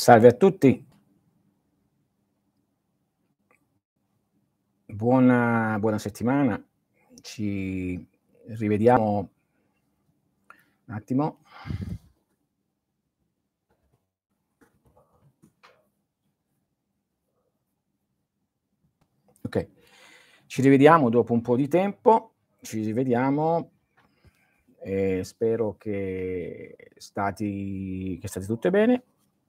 Salve a tutti, buona settimana. Ci rivediamo un attimo. Okay. Ci rivediamo dopo un po' di tempo, ci rivediamo e spero che state tutte bene.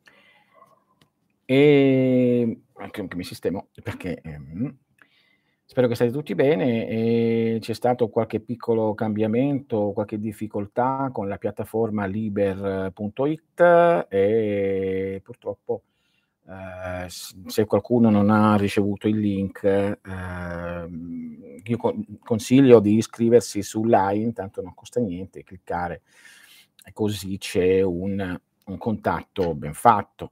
Anche mi sistemo perché, spero che state tutti bene. C'è stato qualche piccolo cambiamento, qualche difficoltà con la piattaforma liber.it e purtroppo, se qualcuno non ha ricevuto il link, io consiglio di iscriversi su Line, tanto non costa niente, cliccare e così c'è un contatto ben fatto.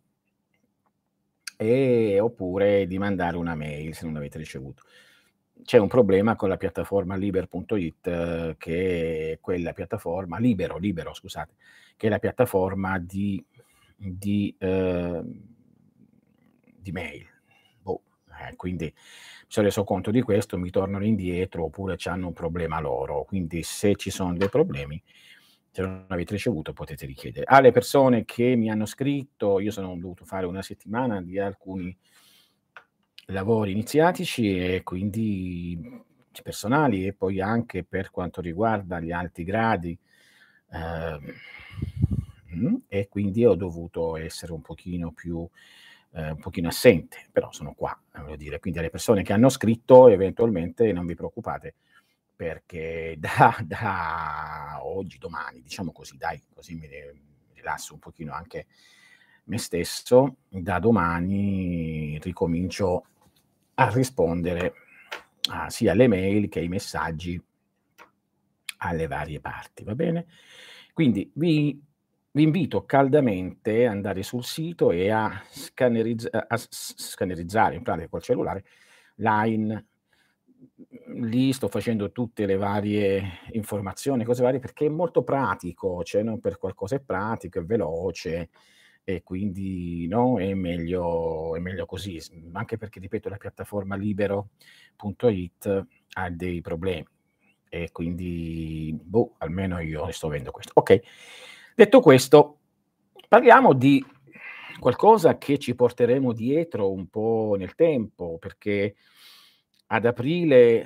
Oppure di mandare una mail se non l'avete ricevuto. C'è un problema con la piattaforma liber.it, che è quella piattaforma libero scusate, che è la piattaforma di ehm, di mail. Boh, quindi mi son reso conto di questo, mi tornano indietro oppure c'hanno un problema loro. Quindi se ci son dei problemi, se non avete ricevuto potete richiedere. Alle persone che mi hanno scritto, io sono dovuto fare una settimana di alcuni lavori iniziatici e quindi personali e poi anche per quanto riguarda gli alti gradi, ehm, e quindi ho dovuto essere un pochino assente, però sono qua, voglio dire. Quindi alle persone che hanno scritto eventualmente non vi preoccupate perché da oggi, domani, diciamo così dai, così mi rilasso un pochino anche me stesso, da domani ricomincio a rispondere a sia alle mail che ai messaggi alle varie parti, va bene? Quindi vi invito caldamente ad andare sul sito e a scannerizzare in pratica col cellulare Line. Lì sto facendo tutte le varie informazioni, cose varie, perché è molto pratico, cioè, no, per qualcosa è pratico, è veloce e quindi, no, è meglio così, anche perché ripeto la piattaforma libero.it ha dei problemi e quindi, boh, almeno io sto avendo questo. Okay, detto questo, parliamo di qualcosa che ci porteremo dietro un po' nel tempo, perché ad aprile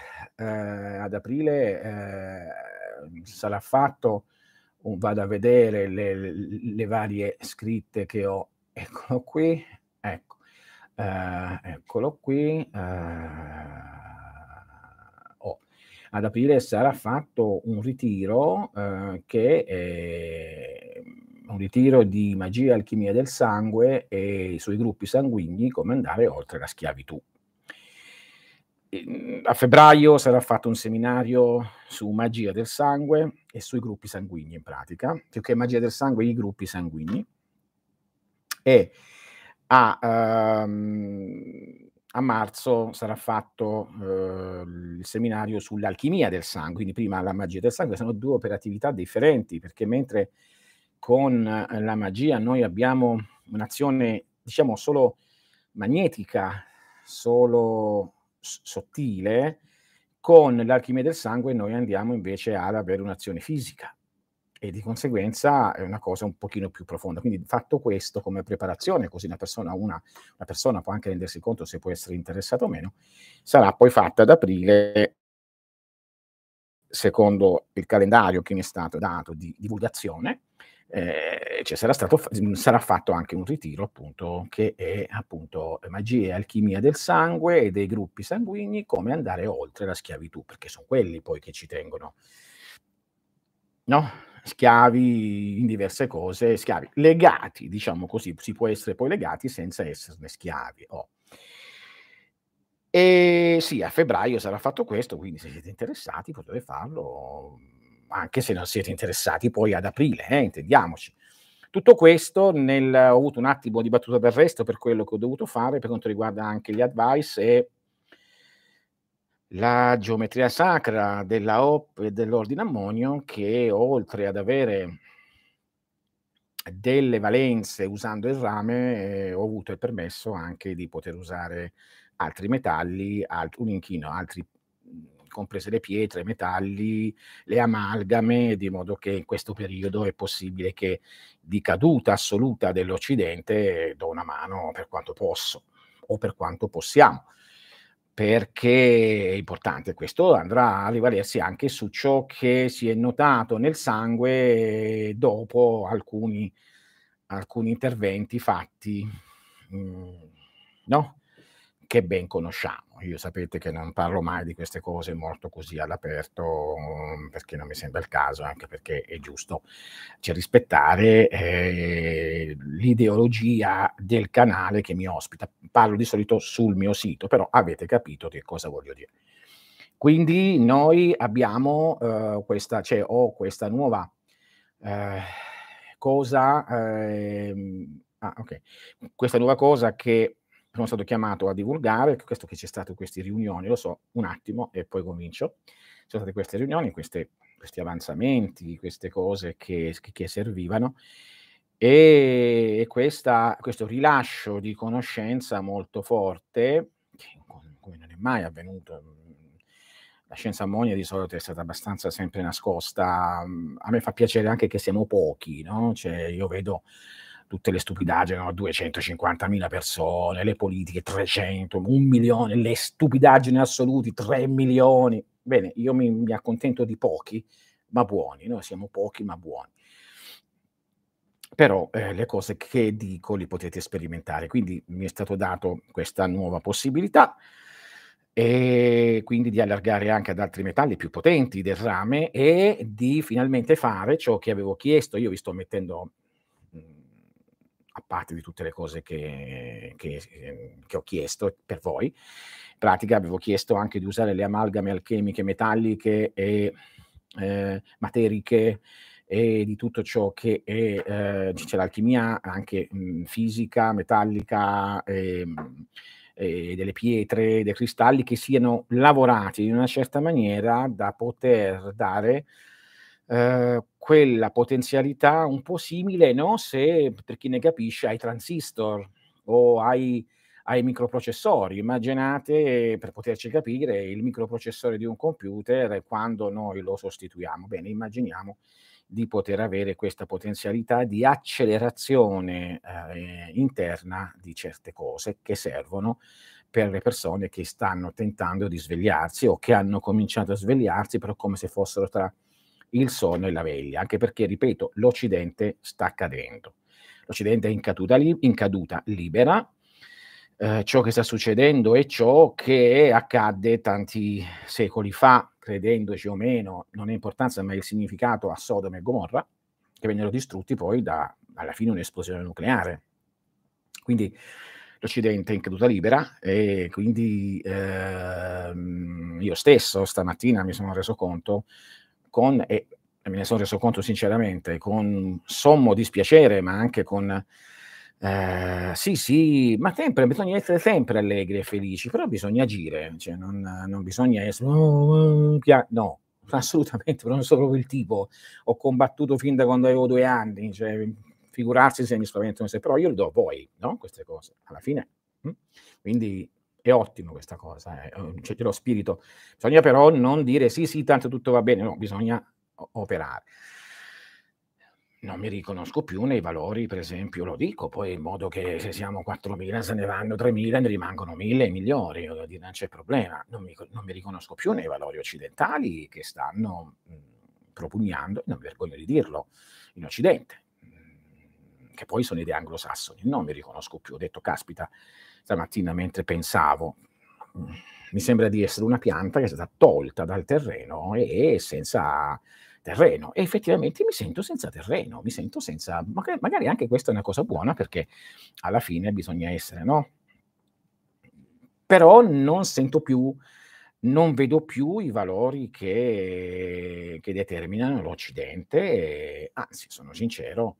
sarà fatto vado a vedere le varie scritte che ho. Eccolo qui, ecco. Eccolo qui, oh, ad aprile sarà fatto un ritiro, che è un ritiro di magia e alchimia del sangue e sui gruppi sanguigni, come andare oltre la schiavitù. A febbraio sarà fatto un seminario su magia del sangue e sui gruppi sanguigni in pratica, più che magia del sangue, i gruppi sanguigni. E a marzo sarà fatto, il seminario sull'alchimia del sangue, quindi prima la magia del sangue, sono 2 operatività differenti, perché mentre con la magia noi abbiamo un'azione, diciamo, solo magnetica, solo sottile, con l'alchimia del sangue noi andiamo invece ad avere un'azione fisica e di conseguenza è una cosa un pochino più profonda. Quindi fatto questo come preparazione, così una persona può anche rendersi conto se può essere interessato o meno, sarà poi fatta ad aprile secondo il calendario che mi è stato dato di divulgazione, cioè sarà fatto anche un ritiro appunto che è appunto magia e alchimia del sangue e dei gruppi sanguigni, come andare oltre la schiavitù, perché son quelli poi che ci tengono, no, schiavi in diverse cose, schiavi legati, diciamo così, si può essere poi legati senza esserne schiavi, oh. Sì, a febbraio sarà fatto questo, quindi se siete interessati potete farlo, anche se non siete interessati poi ad aprile, intendiamoci. Tutto questo ho avuto un attimo di battuta d'arresto per quello che ho dovuto fare, per quanto riguarda anche gli advice e la geometria sacra della Hop e dell'ordine Ammonio, che oltre ad avere delle valenze usando il rame, ho avuto il permesso anche di poter usare altri metalli, un inchino, altri comprese le pietre, i metalli, le amalgame, di modo che in questo periodo è possibile che di caduta assoluta dell'Occidente do una mano per quanto posso o per quanto possiamo, perché è importante. Questo andrà a rivalersi anche su ciò che si è notato nel sangue dopo alcuni interventi fatti, mhmm, no, che ben conosciamo. Io sapete che non parlo mai di queste cose molto così all'aperto, perché non mi sembra il caso, anche perché è giusto, cioè, rispettare, l'ideologia del canale che mi ospita. Parlo di solito sul mio sito, però avete capito che cosa voglio dire. Quindi noi abbiamo, ho questa nuova, ehm, cosa, okay, questa nuova cosa che sono stato chiamato a divulgare, questo che c'è stato queste riunioni, lo so, un attimo e poi comincio. Ci sono state queste riunioni, questi avanzamenti, queste cose che servivano, questo rilascio di conoscenza molto forte, che come non è mai avvenuto, la scienza ammonia di solito è stata abbastanza sempre nascosta, a me fa piacere anche che siamo pochi, no, cioè io vedo tutte le stupidaggini, no, 250.000 persone, le politiche 300, 1.000.000, le stupidaggini assoluti 3.000.000. Bene, io mi accontento di pochi, ma buoni. Noi siamo pochi ma buoni. Però, le cose che dico li potete sperimentare. Quindi mi è stato dato questa nuova possibilità, quindi di allargare anche ad altri metalli più potenti del rame e di finalmente fare ciò che avevo chiesto. Io vi sto mettendo, mhmm, a parte di tutte le cose che ho chiesto per voi, in pratica avevo chiesto anche di usare le amalgame alchemiche metalliche e, materiche e di tutto ciò che è c'è l'alchimia anche, fisica, metallica, delle pietre, dei cristalli che siano lavorati in una certa maniera da poter dare, quella potenzialità un po' simile, no, se per chi ne capisce, ai transistor o ai microprocessori. Immaginate, per poterci capire, il microprocessore di un computer quando noi lo sostituiamo. Bene, immaginiamo di poter avere questa potenzialità di accelerazione, interna di certe cose che servono per le persone che stanno tentando di svegliarsi o che hanno cominciato a svegliarsi, però come se fossero tra il sonno e la veglia, anche perché, ripeto, l'Occidente sta cadendo. L'Occidente è in caduta libera. Ciò che sta succedendo è ciò che accadde tanti secoli fa, credendoci o meno, non ha importanza, ma il significato a Sodoma e Gomorra, che vennero distrutti poi da alla fine un'esplosione nucleare. Quindi l'Occidente è in caduta libera e quindi, io stesso stamattina mi sono reso conto e me ne sono reso conto sinceramente con sommo dispiacere, ma anche con sì, sì, ma sempre bisogna essere sempre allegri e felici, però bisogna agire, cioè non bisogna essere: "Oh, no, assolutamente, non sono proprio il tipo. Ho combattuto fin da quando avevo 2 anni, cioè figurarsi se mi spaventano se però io le do a voi, no, queste cose, alla fine, mh? Quindi è ottimo questa cosa, c'è lo spirito. Bisogna però non dire: "Sì, sì, tanto tutto va bene", no, bisogna operare. Non mi riconosco più nei valori, per esempio, lo dico poi in modo che se siamo 4.000 se ne vanno 3.000 ne rimangono 1.000 migliori, voglio dire, non c'è problema. Non mi riconosco più nei valori occidentali che stanno, propugnando, non mi vergogno di dirlo, in Occidente, che poi sono idee anglosassoni. Non mi riconosco più. Ho detto: "Caspita", stamattina mentre pensavo, mhmm, mi sembra di essere una pianta che è stata tolta dal terreno e senza terreno. E effettivamente mi sento senza terreno, mi sento senza magari anche questa è una cosa buona perché alla fine bisogna essere, no, però non vedo più i valori che determinano l'Occidente e anzi, sono sincero,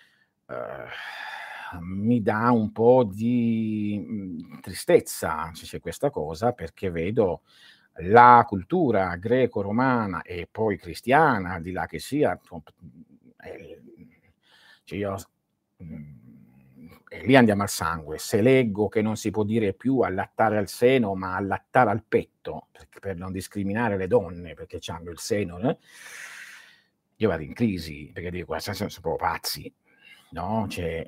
mi dà un po' di, tristezza, se c'è questa cosa, perché vedo la cultura greco-romana e poi cristiana, al di là che sia, cioè io e lì andiamo al sangue. Se leggo che non si può dire più allattare al seno, ma allattare al petto, per non discriminare le donne, perché c'hanno il seno, io vado in crisi, perché dico: "Questi sono proprio pazzi", no, cioè,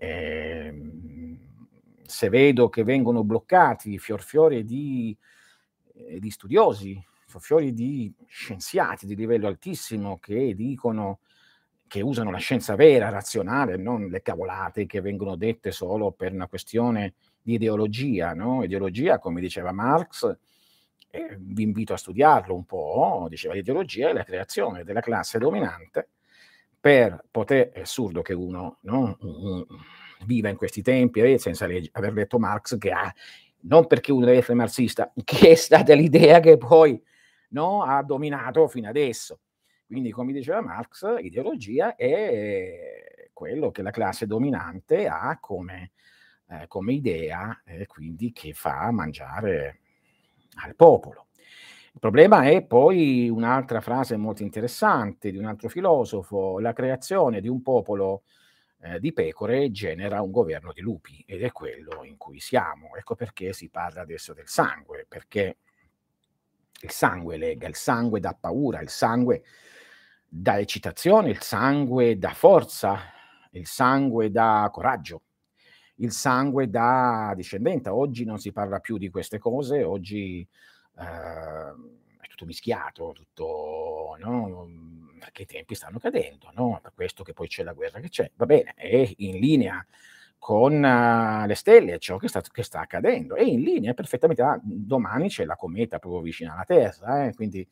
se vedo che vengono bloccati fior di studiosi, fiori di scienziati di livello altissimo che dicono che usano la scienza vera, razionale, non le cavolate che vengono dette solo per una questione di ideologia, no, ideologia, come diceva Marx, vi invito a studiarlo un po', diceva: l'ideologia è la creazione della classe dominante per poter è assurdo che uno, no, viva in questi tempi, senza aver letto Marx, che ha non perché uno deve essere marxista, che è stata l'idea che poi, no, ha dominato fino adesso. Quindi, come diceva Marx, ideologia è quello che la classe dominante ha come idea, e quindi che fa mangiare al popolo. Il problema è poi un'altra frase molto interessante di un altro filosofo: la creazione di un popolo di pecore genera un governo di lupi, ed è quello in cui siamo. Ecco perché si parla adesso del sangue, perché il sangue lega, il sangue dà paura, il sangue dà eccitazione, il sangue dà forza, il sangue dà coraggio, il sangue dà discendenza. Oggi non si parla più di queste cose, oggi è tutto mischiato, tutto, no, perché i tempi stanno cadendo, no, per questo che poi c'è la guerra che c'è. Va bene, è in linea con le stelle, ciò che sta accadendo, è in linea perfettamente. Domani c'è la cometa proprio vicino alla Terra, quindi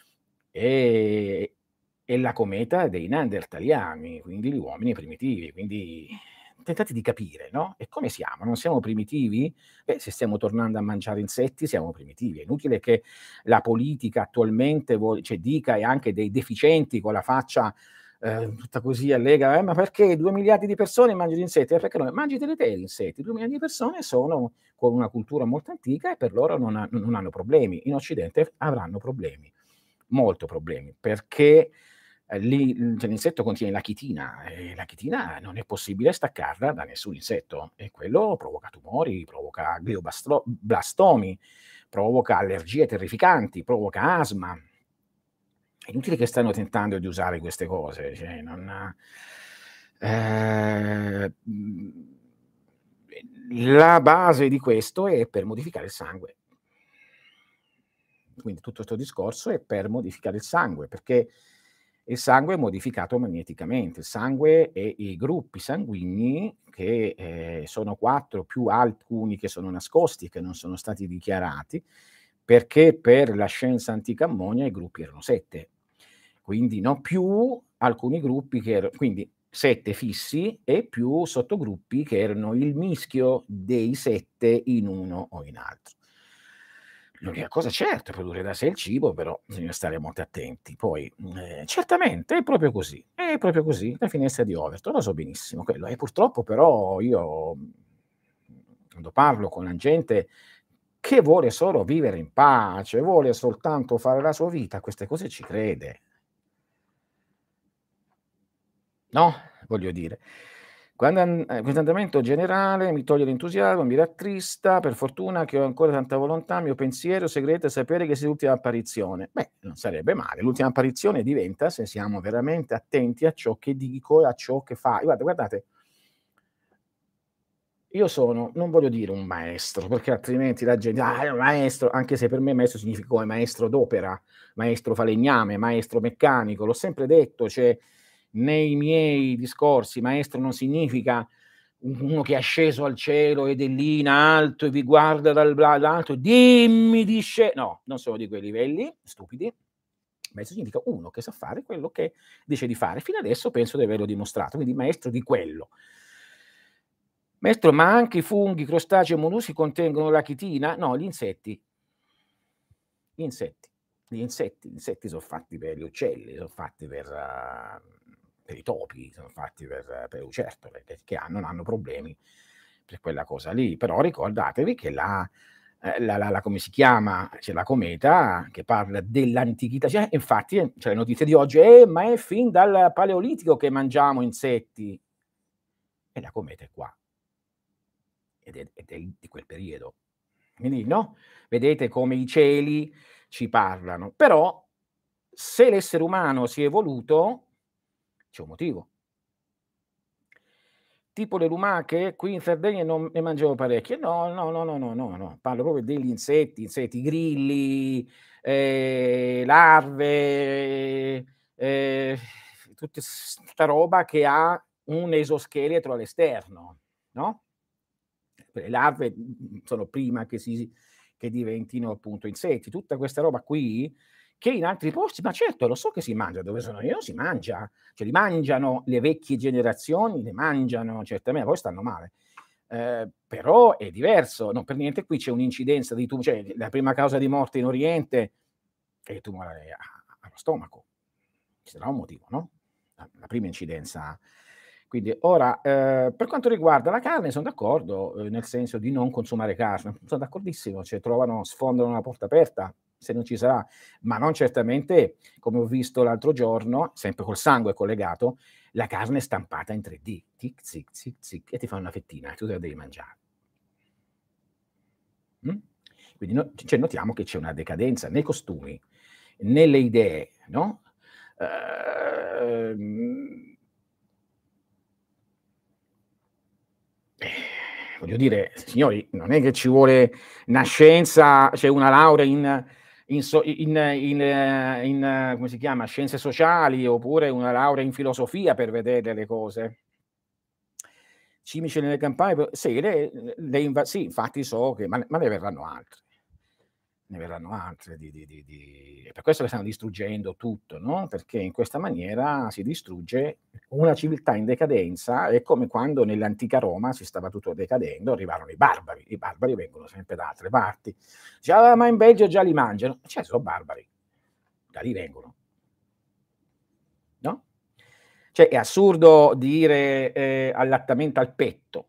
è la cometa dei neandertaliani, quindi gli uomini primitivi, quindi tentate di capire, no, e come siamo? Non siamo primitivi? Se stiamo tornando a mangiare insetti siamo primitivi. È inutile che la politica attualmente cioè dica, e anche dei deficienti con la faccia tutta così allegra: ma perché 2 miliardi di persone mangiano insetti? Perché no? Mangiateli te gli insetti. 2 miliardi di persone sono con una cultura molto antica e per loro non hanno problemi. In Occidente avranno problemi, molto problemi, perché cioè l'insetto contiene la chitina, e la chitina non è possibile staccarla da nessun insetto, e quello provoca tumori, provoca blastomi, provoca allergie terrificanti, provoca asma. È inutile che stanno tentando di usare queste cose, cioè non la base di questo è per modificare il sangue. Quindi tutto 'sto discorso è per modificare il sangue, perché il sangue è modificato magneticamente. Il sangue e i gruppi sanguigni che, sono 4 più alcuni che sono nascosti, che non sono stati dichiarati, perché per la scienza antica ammonia i gruppi erano 7. Quindi no, più alcuni gruppi quindi 7 fissi e più sottogruppi che erano il mischio dei 7 in uno o in altro. L'unica cosa certa è produrre da sé il cibo, però bisogna stare molto attenti. Poi, certamente è proprio così, la finestra di Overton, lo so benissimo quello. E purtroppo però io, quando parlo con la gente che vuole solo vivere in pace, vuole soltanto fare la sua vita, a queste cose ci crede. No, voglio dire. Questo andamento generale mi toglie l'entusiasmo, mi rattrista, per fortuna che ho ancora tanta volontà, mio pensiero segreto è sapere che sia l'ultima apparizione. Beh, non sarebbe male. L'ultima apparizione diventa se siamo veramente attenti a ciò che dico e a ciò che fa. Guardate, io sono, non voglio dire un maestro, perché altrimenti la gente: "Ah, è un maestro", anche se per me maestro significa come maestro d'opera, maestro falegname, maestro meccanico. L'ho sempre detto, cioè nei miei discorsi, maestro non significa uno che è asceso al cielo ed è lì in alto e vi guarda dall'alto: "Dimmi no, non sono di quei livelli stupidi. Maestro significa uno che sa fare quello che dice di fare. Fino adesso penso di averlo dimostrato, quindi maestro di quello. Maestro, ma anche i funghi, crostacei e molluschi contengono la chitina? No, gli insetti. Gli insetti. Gli insetti son fatti per gli uccelli, son fatti per i topi, son fatti per le lucertole che non hanno problemi per quella cosa lì. Però ricordatevi che la come si chiama, c'è la cometa che parla dell'antichità, cioè infatti, c'è la notizia di oggi: ma è fin dal paleolitico che mangiamo insetti". e la cometa è qua, ed è di quel periodo. Quindi, no, vedete come i cieli ci parlano. Però se l'essere umano si è evoluto, c'è un motivo. Tipo le lumache, qui in Sardegna ne mangiavo parecchie. No, no, no, no, no, no, no, parlo proprio degli insetti, grilli, larve, tutte 'sta roba che ha un esoscheletro all'esterno, no, le larve, sono prima che diventino appunto insetti. Tutta questa roba qui, che in altri posti, ma certo lo so che si mangia, dove sono io si mangia, cioè li mangiano le vecchie generazioni, le mangiano certamente, poi stanno male. Però è diverso, non per niente qui c'è un'incidenza di cioè la prima causa di morte in Oriente è il tumore allo stomaco. Ci sarà un motivo, no? La prima incidenza. Quindi ora, per quanto riguarda la carne son d'accordo, nel senso di non consumare carne, son d'accordissimo, cioè sfondano una porta aperta, se non ci sarà, ma non certamente, come ho visto l'altro giorno, sempre col sangue collegato, la carne stampata in 3D, tic, zic, zic, zic, e ti fa una fettina e tu te la devi mangiare. Mh? Quindi cioè notiamo che c'è una decadenza nei costumi, nelle idee, no, ehm voglio dire, signori, non è che ci vuole 'na scienza, cioè una laurea in come si chiama, scienze sociali, oppure una laurea in filosofia per vedere le cose. Cimici nelle campagne, sì, sì, infatti so che ma ne verranno altre. Ne verranno altre è per questo che stanno distruggendo tutto, no, perché in questa maniera si distrugge una civiltà in decadenza. È come quando nell'antica Roma si stava tutto decadendo, arrivarono i barbari vengono sempre da altre parti. Dice: "Ah, ma in Belgio già li mangiano." So' barbari, da lì vengono, no, cioè è assurdo dire, allattamento al petto.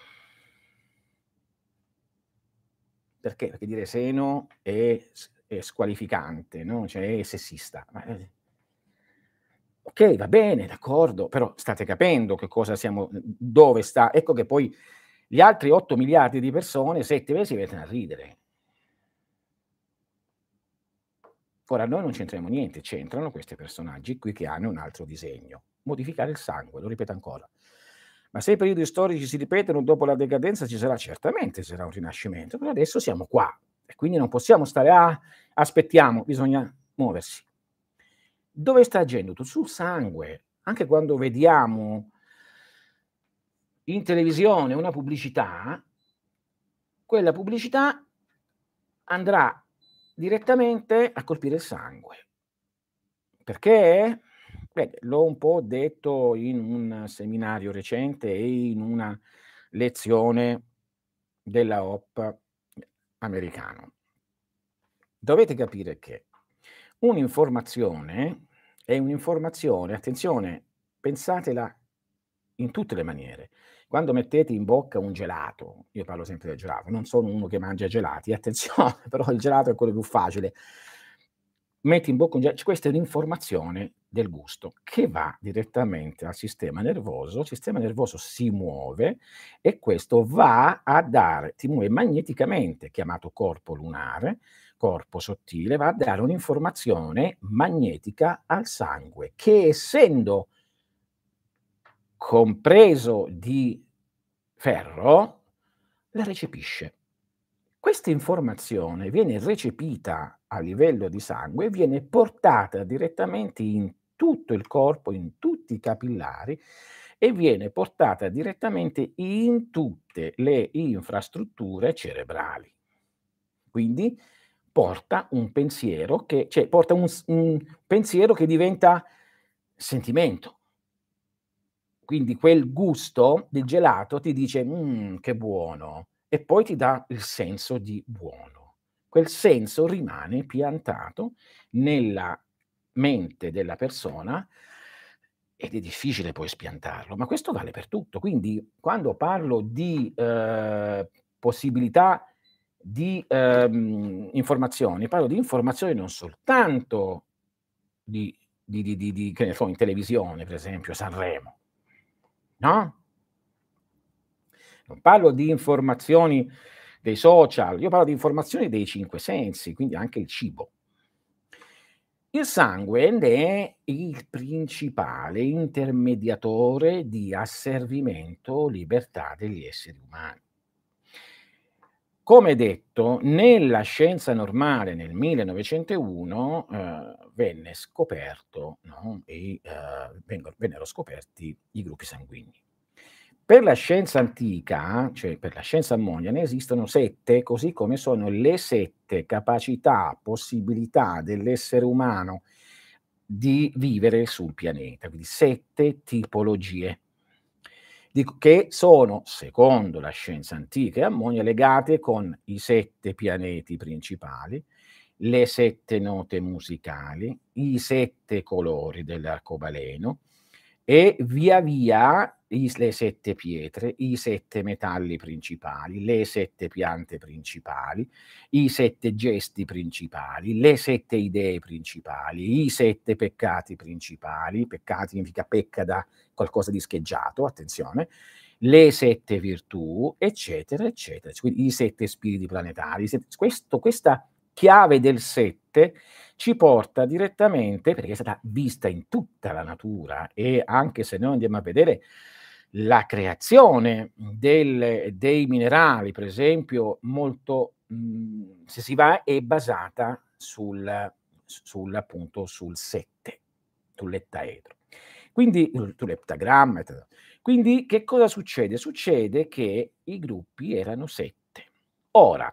Perché? Perché dire seno è squalificante, no, cioè è sessista. Ma, okay, va bene, d'accordo, però state capendo che cosa siamo, dove sta, ecco che poi gli altri 8 miliardi di persone, 7 mesi si mettono a ridere. Ora noi non c'entriamo niente, c'entrano questi personaggi qui che hanno un altro disegno: modificare il sangue, lo ripeto ancora. Ma se i periodi storici si ripetono dopo la decadenza ci sarà certamente sarà un rinascimento, però adesso siamo qua e quindi non possiamo stare: "Ah, aspettiamo", bisogna muoversi. Dove sta agendo? Sul sangue. Anche quando vediamo in televisione una pubblicità, quella pubblicità andrà direttamente a colpire il sangue. Perché? Beh, l'ho un po' detto in un seminario recente e in una lezione della HOP americano. Dovete capire che un'informazione è un'informazione, attenzione, pensatela in tutte le maniere. Quando mettete in bocca un gelato, io parlo sempre del gelato, non sono uno che mangia gelati, attenzione, però il gelato è quello più facile. Metti in bocca un questa è un'informazione del gusto che va direttamente al sistema nervoso si muove e questo va a ti muove magneticamente, chiamato corpo lunare, corpo sottile, va a dare un'informazione magnetica al sangue che, essendo compreso di ferro, la recepisce. Questa informazione viene recepita a livello di sangue e viene portata direttamente in tutto il corpo, in tutti i capillari e viene portata direttamente in tutte le infrastrutture cerebrali. Quindi porta un pensiero porta un pensiero che diventa sentimento. Quindi quel gusto del gelato ti dice: che buono", e poi ti dà il senso di buono. Quel senso rimane piantato nella mente della persona ed è difficile poi spiantarlo, ma questo vale per tutto. Quindi quando parlo di, possibilità di, informazioni, parlo di informazioni non soltanto di che ne so, in televisione, per esempio Sanremo, no? Non parlo di informazioni dei social, io parlo di informazioni dei 5 sensi, quindi anche il cibo. Il sangue ne è il principale intermediatore di asservimento, libertà degli esseri umani. Come detto, nella scienza normale nel 1901, venne scoperto, no, vennero scoperti i gruppi sanguigni. Per la scienza antica, cioè per la scienza ammonia, ne esistono 7, così come sono le 7 capacità, possibilità dell'essere umano di vivere sul pianeta, quindi 7 tipologie che sono, secondo la scienza antica e ammonia, legate con i 7 pianeti principali, le 7 note musicali, i 7 colori dell'arcobaleno e via via le 7 pietre, i 7 metalli principali, le 7 piante principali, i 7 gesti principali, le 7 idee principali, i 7 peccati principali, peccati significa pecca da qualcosa di scheggiato, attenzione, le 7 virtù, eccetera, eccetera. Quindi i 7 spiriti planetari. Questa chiave del 7 ci porta direttamente, perché è stata vista in tutta la natura e anche se noi andiamo a vedere la creazione dei minerali, per esempio, molto, se si va, è basata appunto sul 7, sull'ettaedro. Quindi sull'eptagramma, quindi che cosa succede? Succede che i gruppi erano 7. Ora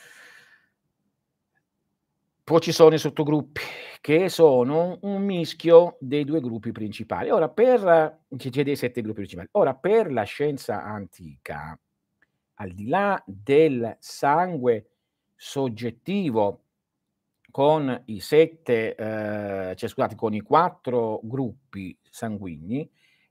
poi ci sono i sottogruppi, che sono un mischio dei 2 gruppi principali. Ora c'è dei 7 gruppi principali. Ora per la scienza antica, al di là del sangue soggettivo con i 7 cioè scusate, con i 4 gruppi sanguigni,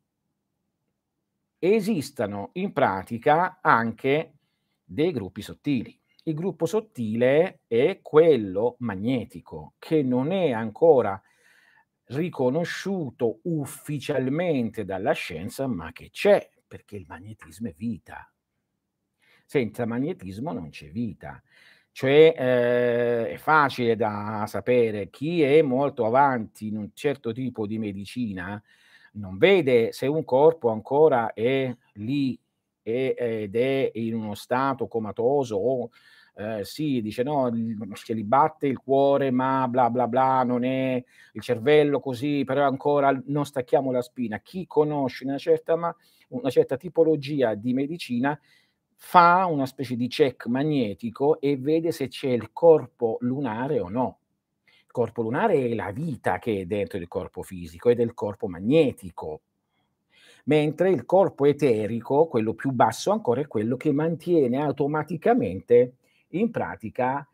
esistano in pratica anche dei gruppi sottili. Il gruppo sottile è quello magnetico, che non è ancora riconosciuto ufficialmente dalla scienza, ma che c'è, perché il magnetismo è vita. Senza magnetismo non c'è vita. Cioè, è facile da sapere, chi è molto avanti in un certo tipo di medicina, non vede se un corpo ancora è lì ed è in uno stato comatoso o, sì, dice: "No, ce li batte il cuore, ma bla bla bla, non è il cervello così, però ancora non stacchiamo la spina." Chi conosce una certa tipologia di medicina fa una specie di check magnetico e vede se c'è il corpo lunare o no. Il corpo lunare è la vita che è dentro il corpo fisico ed è il corpo magnetico, mentre il corpo eterico, quello più basso ancora, è quello che mantiene automaticamente in pratica,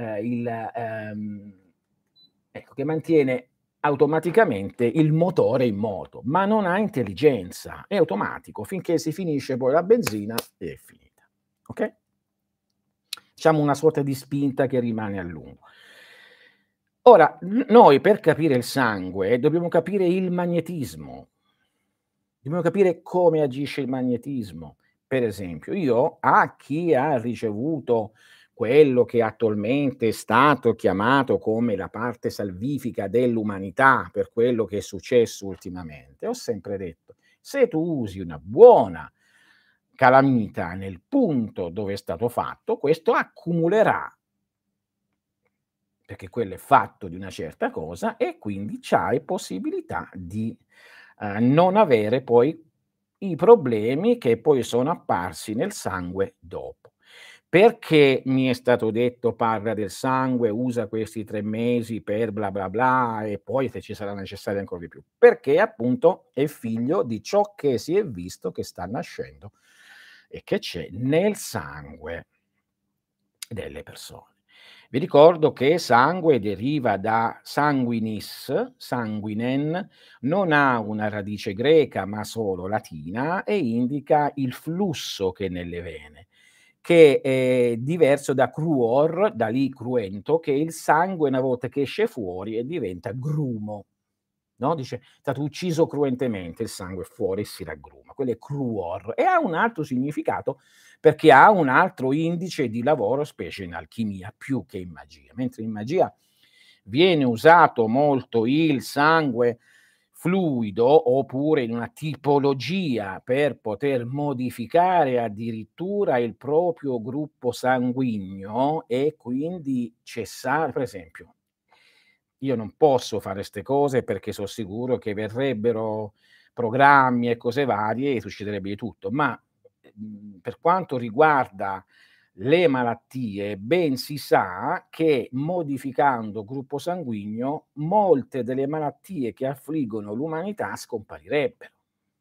ecco, che mantiene automaticamente il motore in moto, ma non ha intelligenza, è automatico, finché si finisce poi la benzina è finita, okay? Diciamo una sorta di spinta che rimane a lungo. Ora, noi per capire il sangue dobbiamo capire il magnetismo, dobbiamo capire come agisce il magnetismo. Per esempio, a chi ha ricevuto quello che attualmente è stato chiamato come la parte salvifica dell'umanità per quello che è successo ultimamente, ho sempre detto: se tu usi una buona calamita nel punto dove è stato fatto, questo accumulerà, perché quello è fatto di una certa cosa e quindi c'hai possibilità di, non avere poi i problemi che poi sono apparsi nel sangue dopo. Perché mi è stato detto: "Parla del sangue, usa questi 3 mesi per bla bla bla e poi se ci sarà necessario ancora di più?" Perché appunto è figlio di ciò che si è visto che sta nascendo e che c'è nel sangue delle persone. Vi ricordo che sangue deriva da sanguinis, sanguinen, non ha una radice greca ma solo latina e indica il flusso che è nelle vene, che è diverso da cruor, da lì cruento, che è il sangue una volta che esce fuori e diventa grumo. no, dice: "È stato ucciso cruentemente, il sangue fuori e si raggruma." Quello è cruor e ha un altro significato perché ha un altro indice di lavoro, specie in alchimia, più che in magia. Mentre in magia viene usato molto il sangue fluido, oppure in una tipologia per poter modificare addirittura il proprio gruppo sanguigno e quindi cessare per esempio, io non posso fare 'ste cose perché so sicuro che verrebbero programmi e cose varie e succederebbe di tutto, ma, per quanto riguarda le malattie, ben si sa che modificando gruppo sanguigno molte delle malattie che affliggono l'umanità scomparirebbero.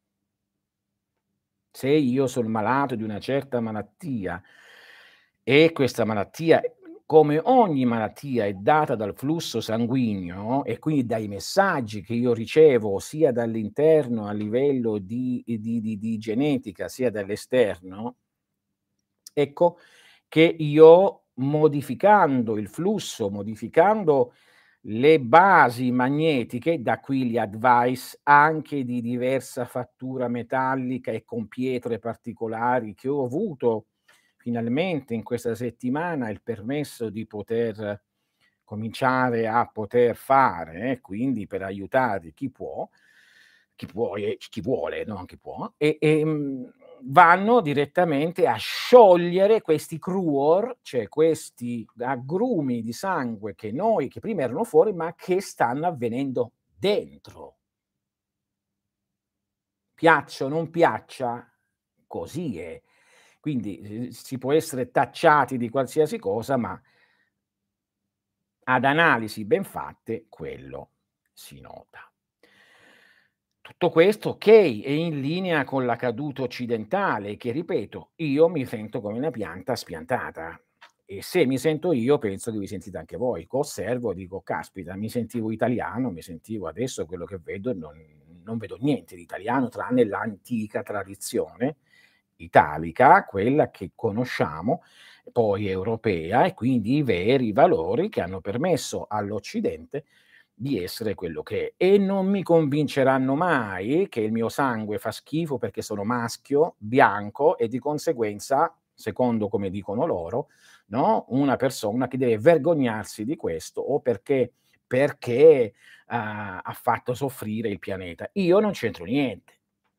Se io sono malato di una certa malattia e questa malattia, come ogni malattia, è data dal flusso sanguigno e quindi dai messaggi che io ricevo sia dall'interno a livello di genetica, sia dall'esterno, ecco che io modificando il flusso, modificando le basi magnetiche, da qui gli advice anche di diversa fattura metallica e con pietre particolari che ho avuto finalmente in questa settimana il permesso di poter cominciare a poter fare, quindi per aiutare chi può e chi vuole, non chi può, vanno direttamente a sciogliere questi cruor, cioè questi agrumi di sangue che prima erano fuori, ma che stanno avvenendo dentro. Piaccia o non piaccia, così è. Quindi, si può essere tacciati di qualsiasi cosa, ma ad analisi ben fatte quello si nota. Tutto questo okay, è in linea con la caduta occidentale che, ripeto, io mi sento come una pianta spiantata e se mi sento io penso che vi sentite anche voi. Osservo, dico: "Caspita, mi sentivo italiano, mi sentivo adesso quello che vedo non vedo niente di italiano tranne l'antica tradizione italica, quella che conosciamo, poi europea e quindi i veri valori che hanno permesso all'Occidente di essere quello che è. E non mi convinceranno mai che il mio sangue fa schifo perché sono maschio, bianco e di conseguenza, secondo come dicono loro, no, una persona che deve vergognarsi di questo o perché ha fatto soffrire il pianeta. Io non c'entro niente.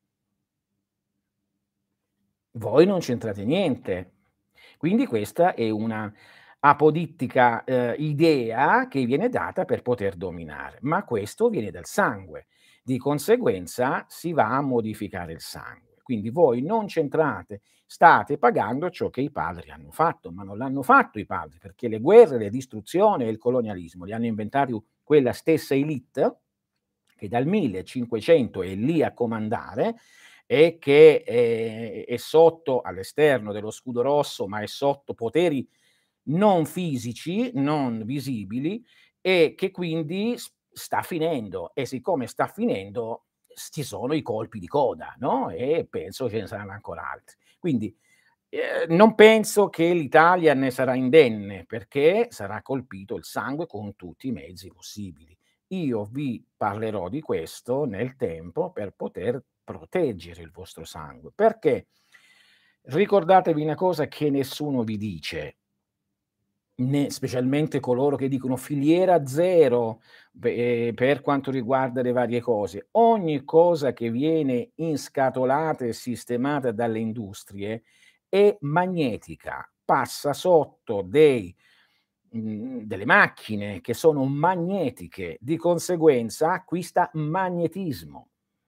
Voi non c'entrate niente. Quindi questa è una apodittica, idea che viene data per poter dominare, ma questo viene dal sangue. Di conseguenza si va a modificare il sangue. Quindi voi non c'entrate, state pagando ciò che i padri hanno fatto, ma non l'hanno fatto i padri, perché le guerre, le distruzioni e il colonialismo li hanno inventati quella stessa élite che dal 1500 è lì a comandare e che, è sotto all'esterno dello scudo rosso, ma è sotto poteri non fisici, non visibili e che quindi sta finendo e siccome sta finendo ci sono i colpi di coda, no, e penso ce ne saranno ancora altri. Quindi, non penso che l'Italia ne sarà indenne, perché sarà colpito il sangue con tutti i mezzi possibili. Io vi parlerò di questo nel tempo per poter proteggere il vostro sangue, perché ricordatevi una cosa che nessuno vi dice, specialmente coloro che dicono filiera zero per quanto riguarda le varie cose. Ogni cosa che viene inscatolata e sistemata dalle industrie è magnetica, passa sotto delle macchine che sono magnetiche, di conseguenza acquista magnetismo.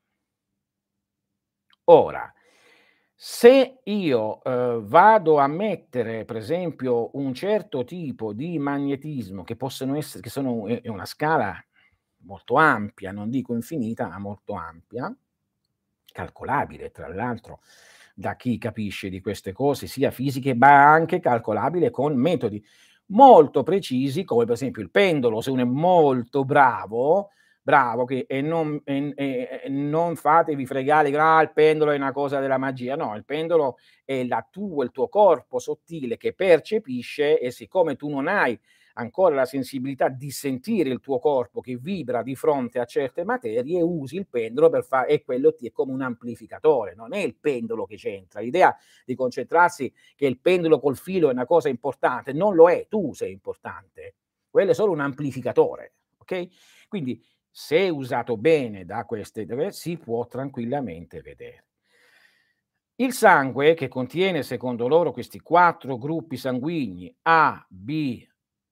Ora, se io, vado a mettere per esempio un certo tipo di magnetismo che possono essere che sono è una scala molto ampia, non dico infinita, ma molto ampia, calcolabile tra l'altro da chi capisce di queste cose, sia fisiche, ma anche calcolabile con metodi molto precisi, come per esempio il pendolo, se uno è molto bravo che e non fatevi fregare che: "Ah, il pendolo è una cosa della magia." No, il pendolo è il tuo corpo sottile che percepisce e siccome tu non hai ancora la sensibilità di sentire il tuo corpo che vibra di fronte a certe materie, usi il pendolo per fa e quello ti è come un amplificatore, non è il pendolo che c'entra. L'idea di concentrarsi che il pendolo col filo è una cosa importante, non lo è, tu sei importante. Quello è solo un amplificatore, okay? Quindi se usato bene da queste si può tranquillamente vedere. Il sangue che contiene secondo loro questi 4 gruppi sanguigni A, B,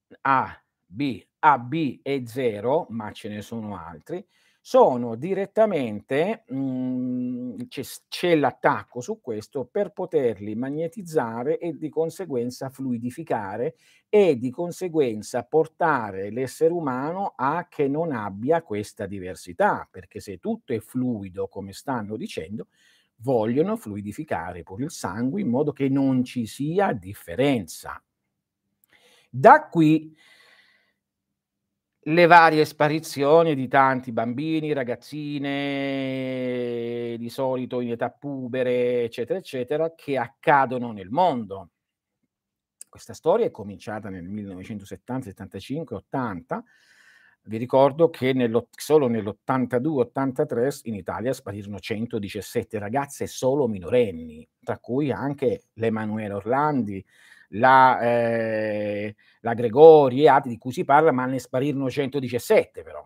AB e 0, ma ce ne sono altri, sono direttamente c'è l'attacco su questo per poterli magnetizzare e di conseguenza fluidificare e di conseguenza portare l'essere umano a che non abbia questa diversità, perché se tutto è fluido, come stanno dicendo, vogliono fluidificare pure il sangue in modo che non ci sia differenza. Da qui le varie sparizioni di tanti bambini, ragazzine, di solito in età pubere, eccetera, eccetera, che accadono nel mondo. Questa storia è cominciata nel 1970, 75, 80. Vi ricordo che solo nell'82, 83 in Italia sparirono 117 ragazze solo minorenni, tra cui anche l'Emanuela Orlandi, la Gregori e altri di cui si parla, ma ne sparirono 117 però.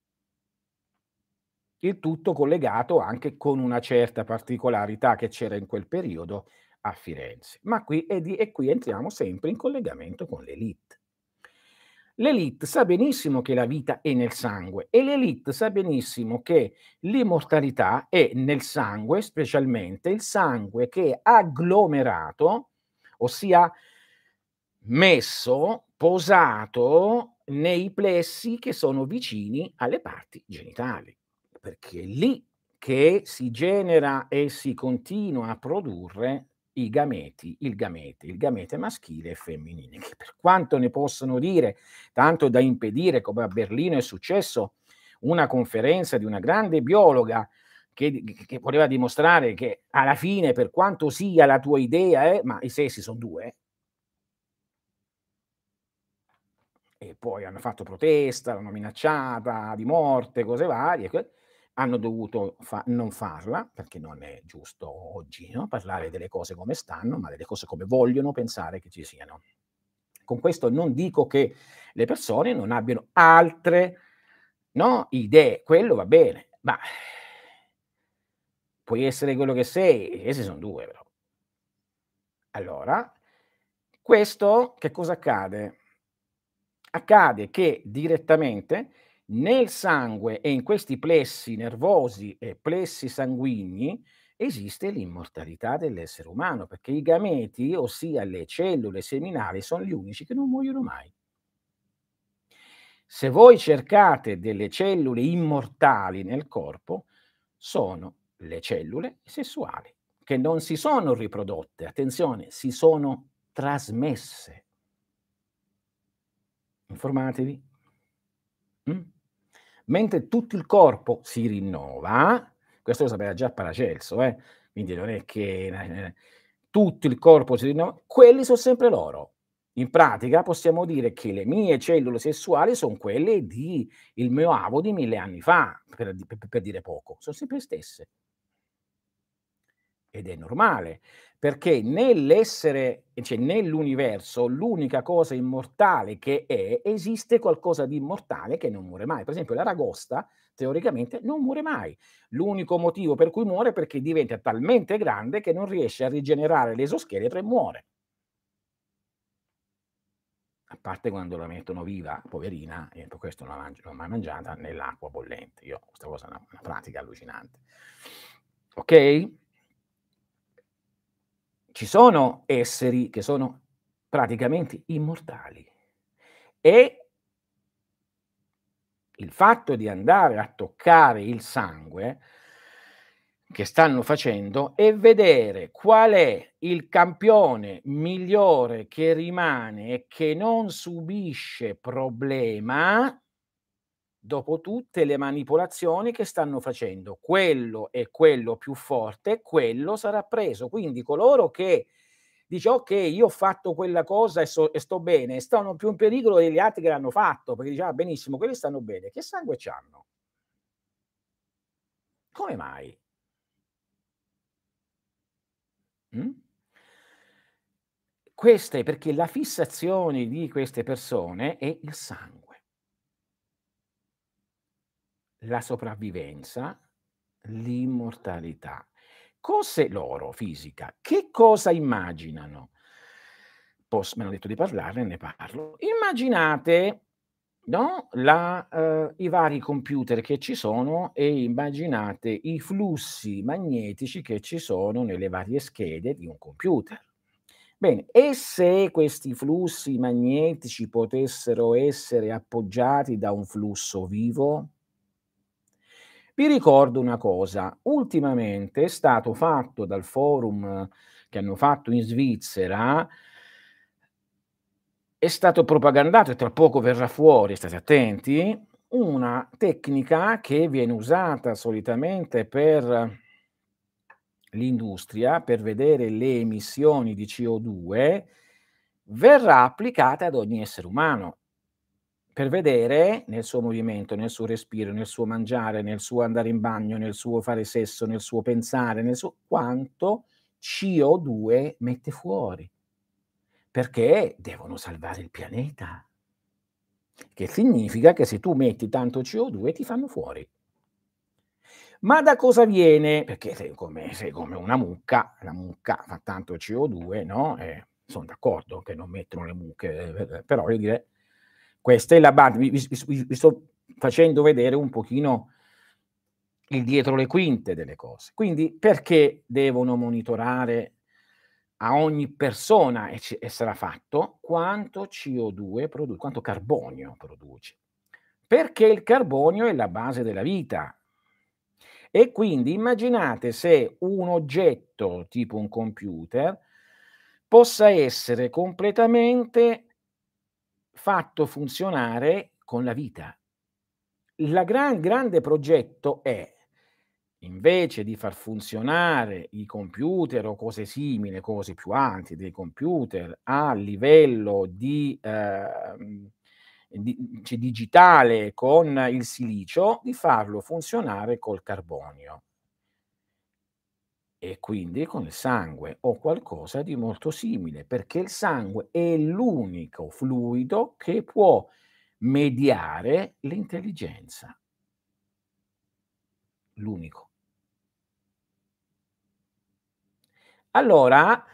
Il tutto collegato anche con una certa particolarità che c'era in quel periodo a Firenze. Ma qui entriamo sempre in collegamento con l'élite. L'élite sa benissimo che la vita è nel sangue e l'élite sa benissimo che l'immortalità è nel sangue, specialmente il sangue che è agglomerato, ossia messo, posato nei plessi che sono vicini alle parti genitali, perché è lì che si genera e si continua a produrre il gamete maschile e femminile, che per quanto ne possono dire, tanto da impedire, come a Berlino è successo, una conferenza di una grande biologa che voleva dimostrare che alla fine, per quanto sia la tua idea, ma i sessi son 2. E poi hanno fatto protesta, l'hanno minacciata di morte, cose varie, hanno dovuto non farla, perché non è giusto oggi, no, parlare delle cose come stanno, ma delle cose come vogliono pensare che ci siano. Con questo non dico che le persone non abbiano altre, no, idee, quello va bene, ma puoi essere quello che sei, essi son 2 però. Allora, questo che cosa accade? Accade che direttamente nel sangue e in questi plessi nervosi e plessi sanguigni esiste l'immortalità dell'essere umano, perché i gameti, ossia le cellule seminali, son gli unici che non muoiono mai. Se voi cercate delle cellule immortali nel corpo, sono le cellule sessuali, che non si sono riprodotte, attenzione, si sono trasmesse. Informatevi. Mh. Mentre tutto il corpo si rinnova, questo lo sapeva già Paracelso, quindi non è che tutto il corpo si rinnova, quelli son sempre loro. In pratica possiamo dire che le mie cellule sessuali son quelle di il mio avo di 1000 anni fa, per dire poco, son sempre le stesse. Ed è normale, perché nell'universo l'unica cosa immortale che esiste qualcosa di immortale che non muore mai. Per esempio l'aragosta teoricamente non muore mai. L'unico motivo per cui muore è perché diventa talmente grande che non riesce a rigenerare l'esoscheletro e muore. A parte quando la mettono viva, poverina, e per questo non l'ho mai mangiata, nell'acqua bollente. Io questa cosa è una pratica allucinante. Okay? Ci sono esseri che sono praticamente immortali e il fatto di andare a toccare il sangue che stanno facendo è vedere qual è il campione migliore che rimane e che non subisce problema dopo tutte le manipolazioni che stanno facendo. Quello è quello più forte, quello sarà preso. Quindi coloro che dice: "Okay, io ho fatto quella cosa e sto bene", stanno più in pericolo degli altri che l'hanno fatto, perché dice: "Ah, benissimo, quelli stanno bene". Che sangue c'hanno? Come mai? Mh? Queste perché la fissazione di queste persone è il sangue, la sopravvivenza, l'immortalità. Cose loro fisica, che cosa immaginano? M'hanno detto di parlarne, ne parlo. Immaginate, no, i vari computer che ci sono e immaginate i flussi magnetici che ci sono nelle varie schede di un computer. Bene, e se questi flussi magnetici potessero essere appoggiati da un flusso vivo? Vi ricordo una cosa, ultimamente è stato fatto dal forum che hanno fatto in Svizzera, è stato propagandato e tra poco verrà fuori, state attenti, una tecnica che viene usata solitamente per l'industria, per vedere le emissioni di CO2, verrà applicata ad ogni essere umano. Per vedere nel suo movimento, nel suo respiro, nel suo mangiare, nel suo andare in bagno, nel suo fare sesso, nel suo pensare, nel suo quanto CO2 mette fuori, perché devono salvare il pianeta, che significa che se tu metti tanto CO2 ti fanno fuori. Ma da cosa viene? Perché sei come una mucca, la mucca fa tanto CO2, no, son d'accordo che non mettono le mucche, però voglio dire, questa è la base. Vi sto facendo vedere un pochino il dietro le quinte delle cose. Quindi perché devono monitorare a ogni persona, e sarà fatto, quanto CO2 quanto carbonio produce? Perché il carbonio è la base della vita. E quindi immaginate se un oggetto, tipo un computer, possa essere completamente fatto funzionare con la vita. Grande progetto è, invece di far funzionare i computer o cose simili, cose più avanti dei computer a livello digitale con il silicio, di farlo funzionare col carbonio. E quindi con il sangue o qualcosa di molto simile, perché il sangue è l'unico fluido che può mediare l'intelligenza, l'unico. Allora,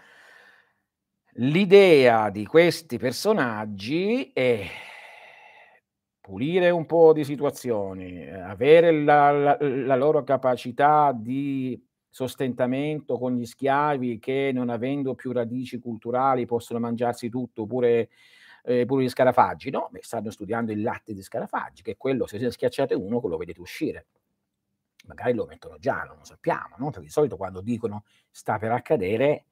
l'idea di questi personaggi è pulire un po' di situazioni, avere la loro capacità di sostentamento con gli schiavi che, non avendo più radici culturali, possono mangiarsi tutto, pure gli scarafaggi, no, beh, stanno studiando il latte di scarafaggi, che è quello, se ne schiacciate uno, che lo vedete uscire. Magari lo mettono già, non lo sappiamo, no, perché di solito quando dicono: "Sta per accadere",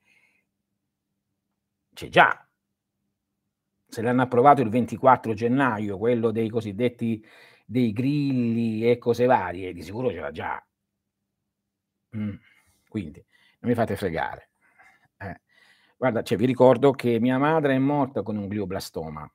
c'è già. Se l'hanno approvato il 24 gennaio, quello dei cosiddetti dei grilli e cose varie, di sicuro c'era già. Mh. Quindi non mi fate fregare. Eh. Guarda, cioè vi ricordo che mia madre è morta con un glioblastoma.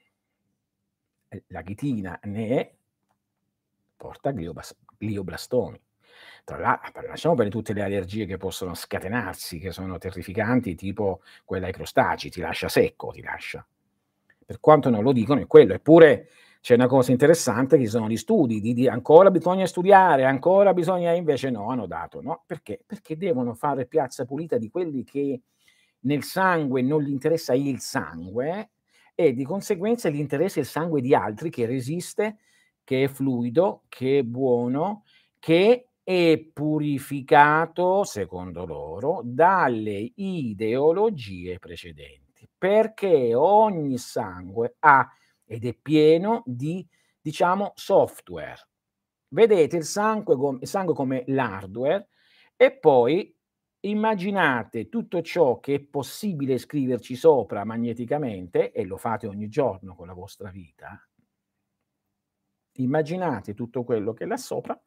La chitina ne porta glioblastomi. Lasciamo perdere tutte le allergie che possono scatenarsi, che sono terrificanti, tipo quella ai crostacei, ti lascia secco, ti lascia. Per quanto non lo dicono è quello, eppure c'è una cosa interessante, che ci sono gli studi di ancora bisogna studiare, ancora bisogna, invece no, hanno dato, no, perché? Perché devono fare piazza pulita di quelli che nel sangue non gli interessa il sangue, e di conseguenza gli interessa il sangue di altri che resiste, che è fluido, che è buono, che è purificato, secondo loro, dalle ideologie precedenti, perché ogni sangue ha ed è pieno di, diciamo, software. Vedete il sangue come l'hardware, e poi immaginate tutto ciò che è possibile scriverci sopra magneticamente, e lo fate ogni giorno con la vostra vita. Immaginate tutto quello che è là sopra,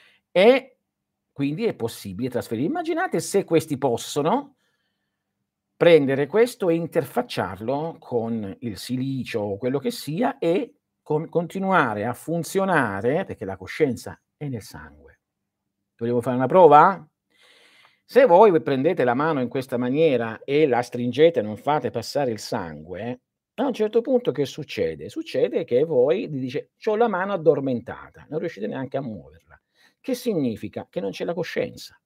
e quindi è possibile trasferire. Immaginate se questi possono prendere questo e interfacciarlo con il silicio o quello che sia e continuare a funzionare, perché la coscienza è nel sangue. Volevo fare una prova? Se voi prendete la mano in questa maniera e la stringete, non fate passare il sangue, a un certo punto che succede? Succede che voi vi dice: "C'ho la mano addormentata", non riuscite neanche a muoverla. Che significa? Che non c'è la coscienza.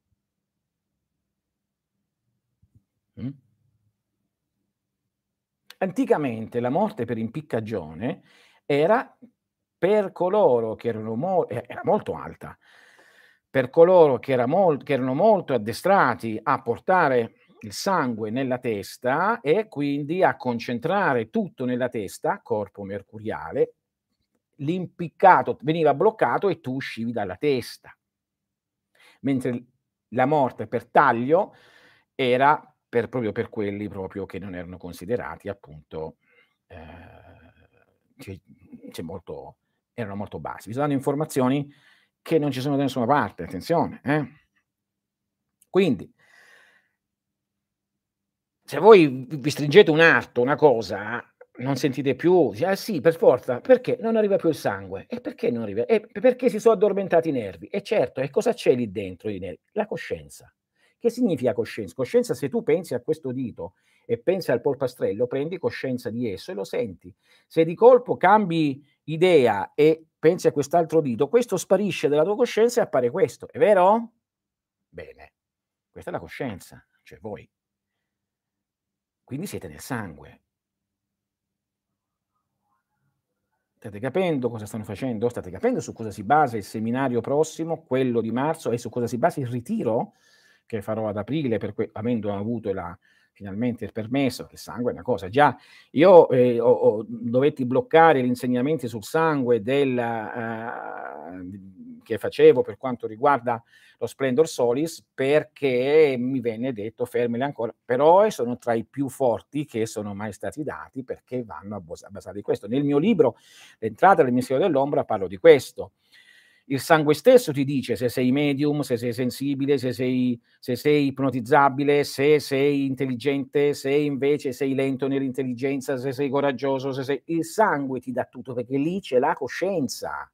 Mh? Anticamente la morte per impiccagione era per coloro che erano era molto alta, per coloro che erano molto addestrati a portare il sangue nella testa e quindi a concentrare tutto nella testa, corpo mercuriale, l'impiccato veniva bloccato e tu uscivi dalla testa. Mentre la morte per taglio era proprio per quelli proprio che non erano considerati appunto, ci c'è molto erano molto bassi. Vi sto dando informazioni che non ci sono da nessuna parte, attenzione, Quindi, se voi vi stringete un arto, una cosa, non sentite più, dici: "Eh sì, per forza." Perché? Non arriva più il sangue. E perché non arriva? Perché si so' addormentati i nervi. E certo, e cosa c'è lì dentro i nervi? La coscienza. Che significa coscienza? Coscienza, se tu pensi a questo dito e pensi al polpastrello, prendi coscienza di esso e lo senti. Se di colpo cambi idea e pensi a quest'altro dito, questo sparisce dalla tua coscienza e appare questo. È vero? Bene, questa è la coscienza, cioè voi. Quindi siete nel sangue. State capendo cosa stanno facendo? State capendo su cosa si basa il seminario prossimo, quello di marzo, e su cosa si basa il ritiro che farò ad aprile, avendo avuto finalmente il permesso. Il sangue è una cosa, già io, dovetti bloccare gli insegnamenti sul sangue che facevo per quanto riguarda lo Splendor Solis, perché mi venne detto: "Fermeli ancora", però sono tra i più forti che sono mai stati dati, perché vanno a basare questo. Nel mio libro "L'entrata del mistero dell'ombra" parlo di questo. Il sangue stesso ti dice se sei medium, se sei sensibile, se sei ipnotizzabile, se sei intelligente, se invece sei lento nell'intelligenza, se sei coraggioso, se sei il sangue ti dà tutto, perché lì c'è la coscienza.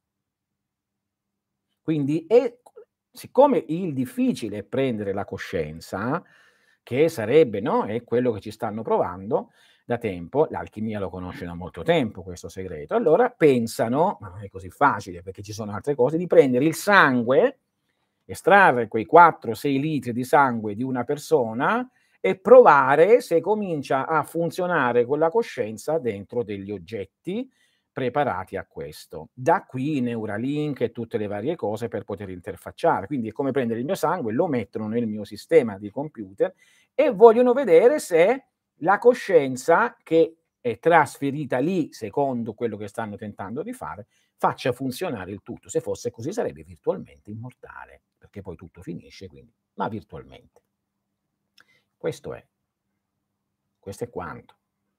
Quindi siccome il difficile è prendere la coscienza, che sarebbe, no, è quello che ci stanno provando da tempo, l'alchimia lo conosce da molto tempo questo segreto, allora pensano, ma non è così facile perché ci sono altre cose, di prendere il sangue, estrarre quei 4, 6 litri di sangue di una persona e provare se comincia a funzionare quella coscienza dentro degli oggetti preparati a questo. Da qui i Neuralink e tutte le varie cose per poter interfacciare. Quindi è come prendere il mio sangue, lo mettono nel mio sistema di computer e vogliono vedere se la coscienza che è trasferita lì, secondo quello che stanno tentando di fare, faccia funzionare il tutto. Se fosse così sarebbe virtualmente immortale, perché poi tutto finisce quindi, ma virtualmente. Questo è. Questo è quanto.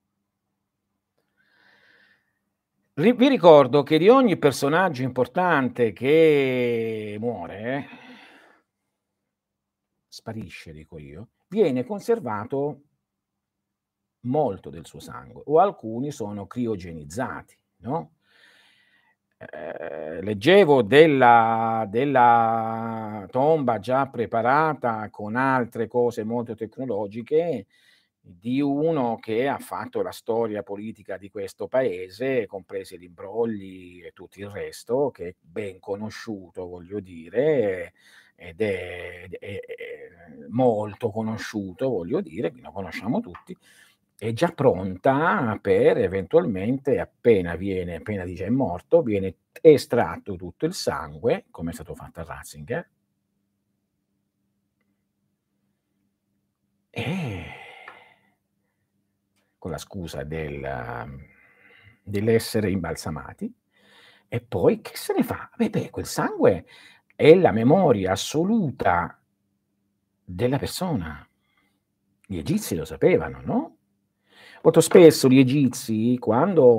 Vi ricordo che di ogni personaggio importante che muore, sparisce dico io, viene conservato molto del suo sangue o alcuni sono criogenizzati, no, leggevo della tomba già preparata con altre cose molto tecnologiche, di uno che ha fatto la storia politica di questo paese, compresi gli imbrogli e tutto il resto, che è ben conosciuto, voglio dire, ed è molto conosciuto, voglio dire, lo conosciamo tutti, è già pronta per eventualmente appena dice è morto, viene estratto tutto il sangue, come è stato fatto a Ratzinger, e con la scusa dell'essere imbalsamati, e poi che se ne fa? Beh, quel sangue è la memoria assoluta della persona. Gli egizi lo sapevano, no? Molto spesso gli egizi, quando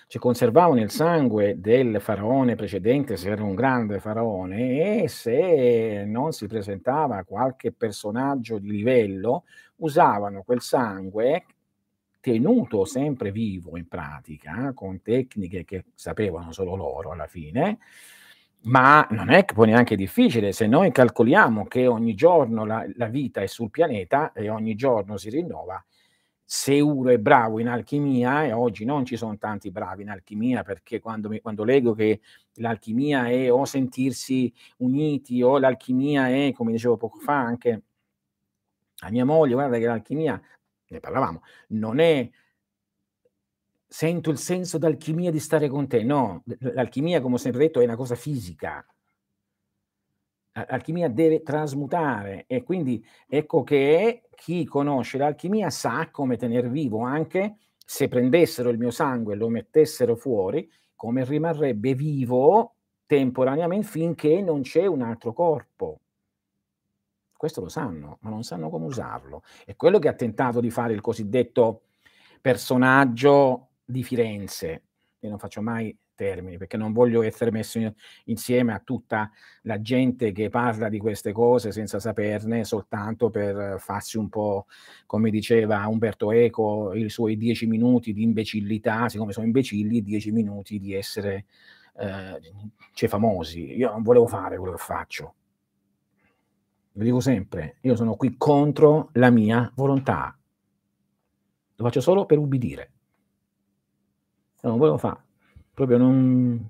cioè conservavano il sangue del faraone precedente, se era un grande faraone, e se non si presentava qualche personaggio di livello, usavano quel sangue tenuto sempre vivo in pratica, con tecniche che sapevano solo loro alla fine, ma non è che poi neanche difficile, se noi calcoliamo che ogni giorno la vita è sul pianeta e ogni giorno si rinnova, se uno è bravo in alchimia, e oggi non ci son tanti bravi in alchimia, perché quando leggo che l'alchimia è o sentirsi uniti, o l'alchimia è, come dicevo poco fa anche a mia moglie: "Guarda che l'alchimia", ne parlavamo, non è "sento il senso d'alchimia di stare con te", no, l'alchimia, come ho sempre detto, è una cosa fisica. L'alchimia deve trasmutare, e quindi ecco che chi conosce l'alchimia sa come tener vivo, anche se prendessero il mio sangue e lo mettessero fuori, come rimarrebbe vivo temporaneamente finché non c'è un altro corpo. Questo lo sanno, ma non sanno come usarlo. È quello che ha tentato di fare il cosiddetto personaggio di Firenze. Io non faccio mai termini, perché non voglio essere messo insieme a tutta la gente che parla di queste cose senza saperne, soltanto per farsi un po', come diceva Umberto Eco, i suoi 10 minuti di imbecillità, siccome sono imbecilli, 10 minuti di essere, famosi. Io non volevo fare quello che faccio. Lo dico sempre, io sono qui contro la mia volontà. Lo faccio solo per ubbidire. Non volevo proprio non,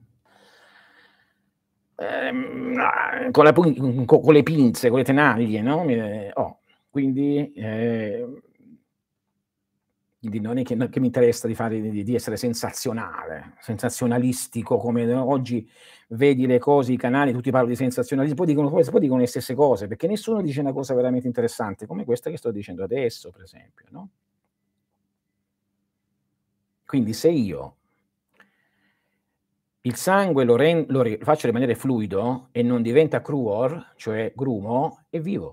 con la pun con le pinze, con le tenaglie, no, quindi, non è che mi interessa di fare di essere sensazionale, sensazionalistico, come oggi vedi le cose, i canali, tutti parlano di sensazionalismo, poi dicono le stesse cose, perché nessuno dice una cosa veramente interessante, come questa che sto dicendo adesso, per esempio, no? Quindi se io il sangue lo faccio rimanere fluido e non diventa cruor, cioè grumo, è vivo.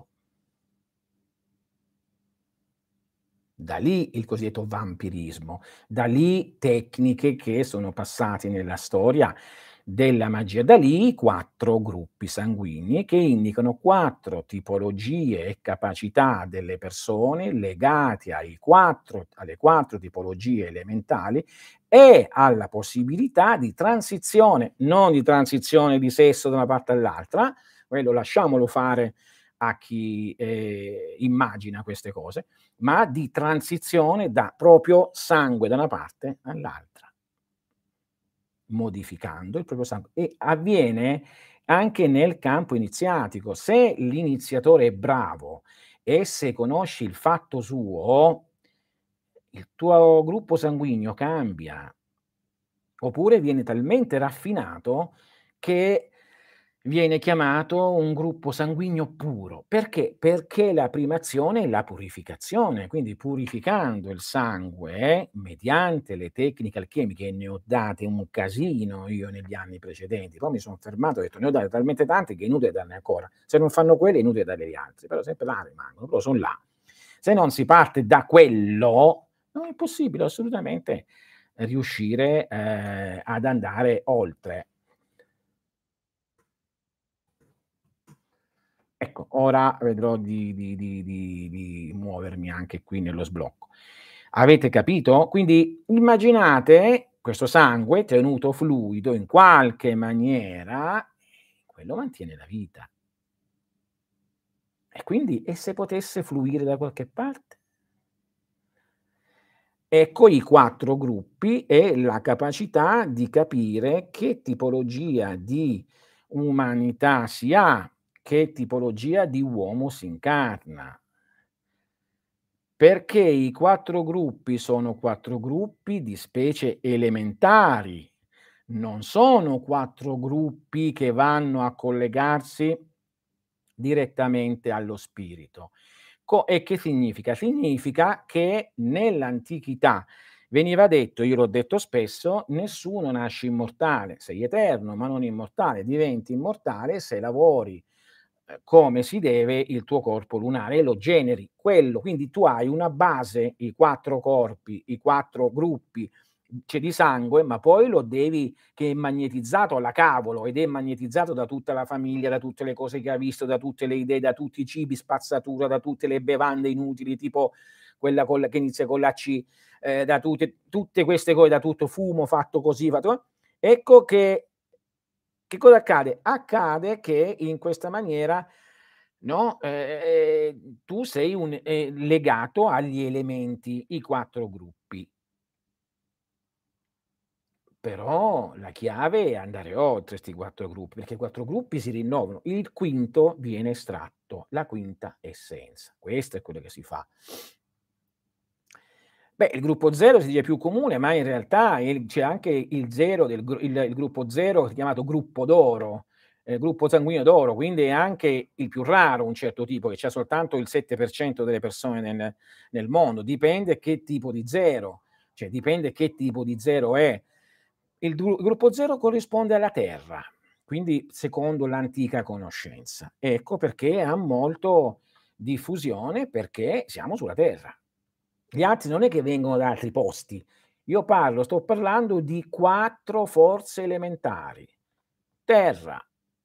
Da lì il cosiddetto vampirismo, da lì tecniche che sono passati nella storia della magia, da lì i 4 gruppi sanguigni che indicano 4 tipologie e capacità delle persone legati alle 4 tipologie elementali e alla possibilità di transizione, non di transizione di sesso da una parte all'altra, quello lasciamolo fare a chi, immagina queste cose, ma di transizione da proprio sangue da una parte all'altra, modificando il proprio sangue. E avviene anche nel campo iniziatico. Se l'iniziatore è bravo e se conosci il fatto suo, il tuo gruppo sanguigno cambia. Oppure viene talmente raffinato che viene chiamato un gruppo sanguigno puro. Perché? Perché la prima azione è la purificazione, quindi purificando il sangue mediante le tecniche alchemiche, e ne ho date un casino io negli anni precedenti, poi mi son fermato e ho detto: "Ne ho date talmente tante che è inutile darne ancora. Se non fanno quelle è inutile darne gli altri", però sempre là rimangono, però son là. Se non si parte da quello, non è possibile assolutamente riuscire, ad andare oltre. Ecco, ora vedrò di muovermi anche qui nello sblocco. Avete capito? Quindi immaginate questo sangue tenuto fluido in qualche maniera, quello mantiene la vita. E quindi e se potesse fluire da qualche parte? Ecco i 4 gruppi e la capacità di capire che tipologia di umanità si ha, che tipologia di uomo si incarna. Perché i 4 gruppi sono 4 gruppi di specie elementari, non sono 4 gruppi che vanno a collegarsi direttamente allo spirito. E che significa? Significa che nell'antichità veniva detto, io l'ho detto spesso: nessuno nasce immortale, sei eterno ma non immortale, diventi immortale se lavori, come si deve il tuo corpo lunare e lo generi quello. Quindi tu hai una base, i 4 corpi, i 4 gruppi c'è di sangue, ma poi lo devi che è magnetizzato alla cavolo ed è magnetizzato da tutta la famiglia, da tutte le cose che ha visto, da tutte le idee, da tutti i cibi spazzatura, da tutte le bevande inutili, tipo quella che inizia con la C, da tutte queste cose, da tutto fumo fatto così, fatto ecco che cosa accade? Accade che in questa maniera, no, tu sei legato agli elementi, i 4 gruppi. Però la chiave è andare oltre 'sti 4 gruppi, perché i 4 gruppi si rinnovano. Il quinto viene estratto, la quinta essenza. Questo è quello che si fa. Beh, il gruppo 0 si dice più comune, ma in realtà c'è anche il 0 il gruppo 0 chiamato gruppo d'oro, gruppo sanguigno d'oro, quindi è anche il più raro un certo tipo, che c'ha soltanto il 7% delle persone nel mondo. Dipende che tipo di 0, cioè dipende che tipo di 0 è. Gruppo 0 corrisponde alla Terra, quindi secondo l'antica conoscenza. Ecco perché ha molto diffusione, perché siamo sulla Terra. Gli altri non è che vengono da altri posti. Sto parlando di 4 forze elementari: terra,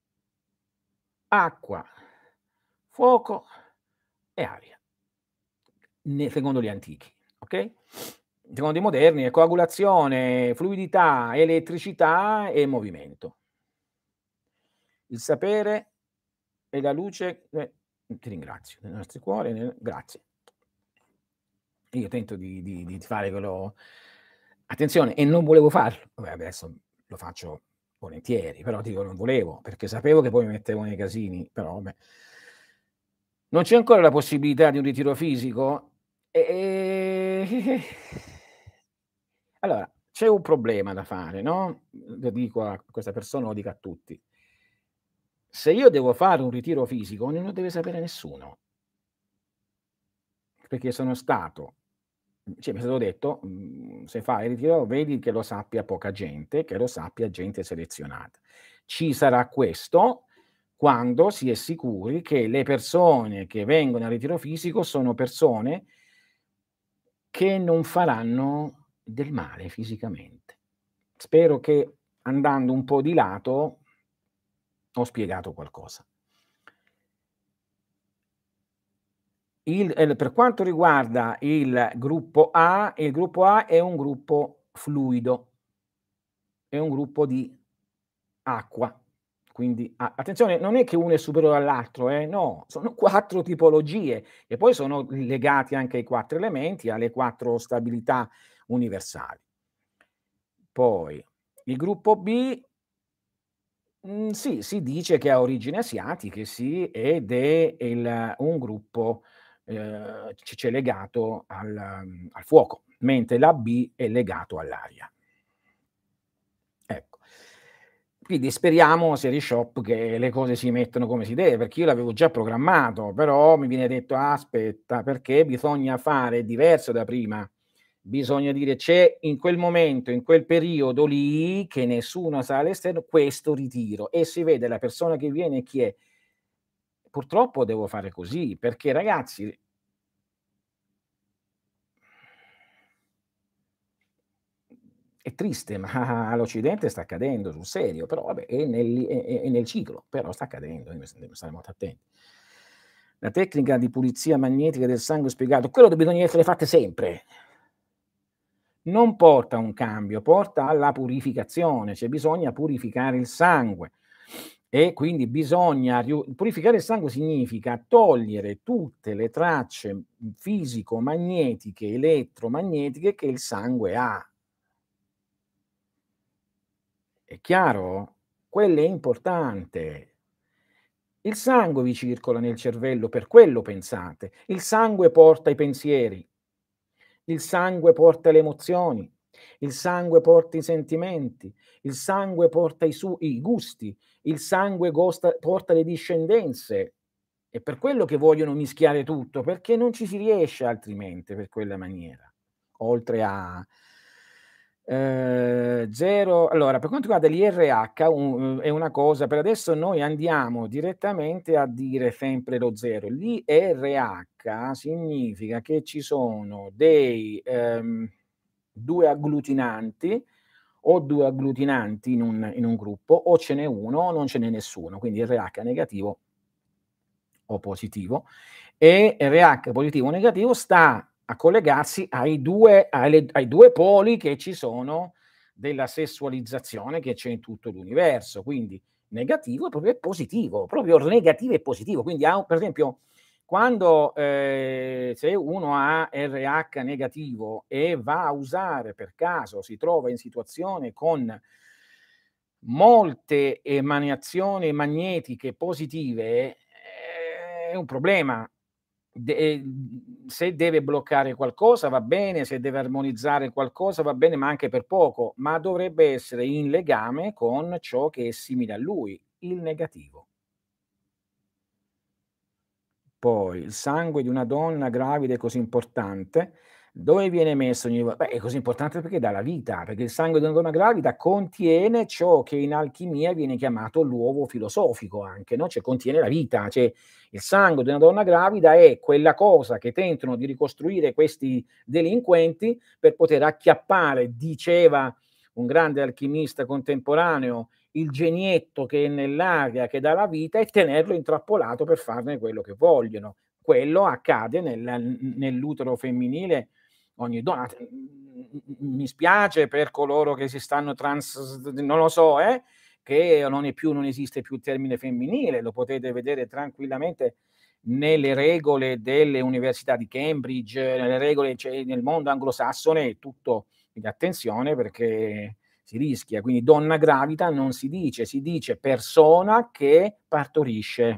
acqua, fuoco e aria, secondo gli antichi, okay? Secondo i moderni è coagulazione, fluidità, elettricità e movimento. Il sapere e la luce, ti ringrazio, nei nostri cuori, grazie. Io tento di fare quello, attenzione, e non volevo farlo. Vabbè, adesso lo faccio volentieri, però dico non volevo, perché sapevo che poi mi mettevo nei casini, però vabbè. Non c'è ancora la possibilità di un ritiro fisico? Allora, c'è un problema da fare, no, lo dico a questa persona, lo dico a tutti. Se io devo fare un ritiro fisico, non lo deve sapere nessuno, perché sono stato, cioè mi è stato detto, "Se fai il ritiro vedi che lo sappia poca gente, che lo sappia gente selezionata". Ci sarà questo quando si è sicuri che le persone che vengono al ritiro fisico sono persone che non faranno del male fisicamente. Spero che andando un po' di lato ho spiegato qualcosa. Per quanto riguarda il gruppo A è un gruppo fluido, è un gruppo di acqua. Quindi attenzione, non è che uno è superiore all'altro, no, sono 4 tipologie e poi sono legati anche ai 4 elementi, alle 4 stabilità universali. Poi il gruppo B, sì, si dice che ha origini asiatiche, sì, ed è un gruppo, c'è legato al fuoco, mentre la B è legato all'aria. Ecco. Quindi speriamo, Shop, che le cose si mettono come si deve, perché io l'avevo già programmato, però mi viene detto: "Aspetta, perché bisogna fare diverso da prima. Bisogna dire c'è in quel momento, in quel periodo lì, che nessuno sa all'esterno, questo ritiro e si vede la persona che viene chi è". Purtroppo devo fare così, perché ragazzi, è triste, ma all'Occidente sta accadendo sul serio, però vabbè è nel ciclo, però sta accadendo, quindi bisogna stare molto attenti. La tecnica di pulizia magnetica del sangue spiegato, quello bisogna essere fatte sempre. Non porta a un cambio, porta alla purificazione, cioè bisogna purificare il sangue e quindi bisogna purificare il sangue significa togliere tutte le tracce, fisico-magnetiche, elettromagnetiche che il sangue ha. È chiaro? Quello è importante. Il sangue vi circola nel cervello, per quello pensate. Il sangue porta i pensieri, il sangue porta le emozioni, il sangue porta i sentimenti, il sangue porta i gusti, il sangue porta le discendenze. È per quello che vogliono mischiare tutto, perché non ci si riesce altrimenti per quella maniera. Oltre a 0 allora per quanto riguarda l'IRH è una cosa, per adesso noi andiamo direttamente a dire sempre lo 0. L'IRH significa che ci sono dei, 2 agglutinanti o 2 agglutinanti in un gruppo, o ce n'è 1 o non ce n'è nessuno, quindi RH negativo o positivo, e RH positivo o negativo sta a collegarsi ai due poli che ci sono della sessualizzazione che c'è in tutto l'universo, quindi negativo e positivo, proprio negativo e positivo. Quindi per esempio, quando se uno ha RH negativo e va a usare per caso, si trova in situazione con molte emanazioni magnetiche positive, è un problema. Se deve bloccare qualcosa va bene, se deve armonizzare qualcosa va bene, ma anche per poco, ma dovrebbe essere in legame con ciò che è simile a lui, il negativo. Poi il sangue di una donna gravida è così importante. Dove viene messo ogni vo beh, è così importante perché dà la vita, perché il sangue di una donna gravida contiene ciò che in alchimia viene chiamato l'uovo filosofico anche, no, cioè contiene la vita, cioè il sangue di una donna gravida è quella cosa che tentano di ricostruire questi delinquenti per poter acchiappare, diceva un grande alchimista contemporaneo, il genietto che è nell'aria, che dà la vita, e tenerlo intrappolato per farne quello che vogliono. Quello accade nell'utero femminile ogni donna. Mi spiace per coloro che si stanno non lo so, che non esiste più il termine femminile, lo potete vedere tranquillamente nelle regole delle università di Cambridge, nelle regole, cioè nel mondo anglosassone è tutto, quindi attenzione perché si rischia. Quindi donna gravida non si dice, si dice persona che partorisce.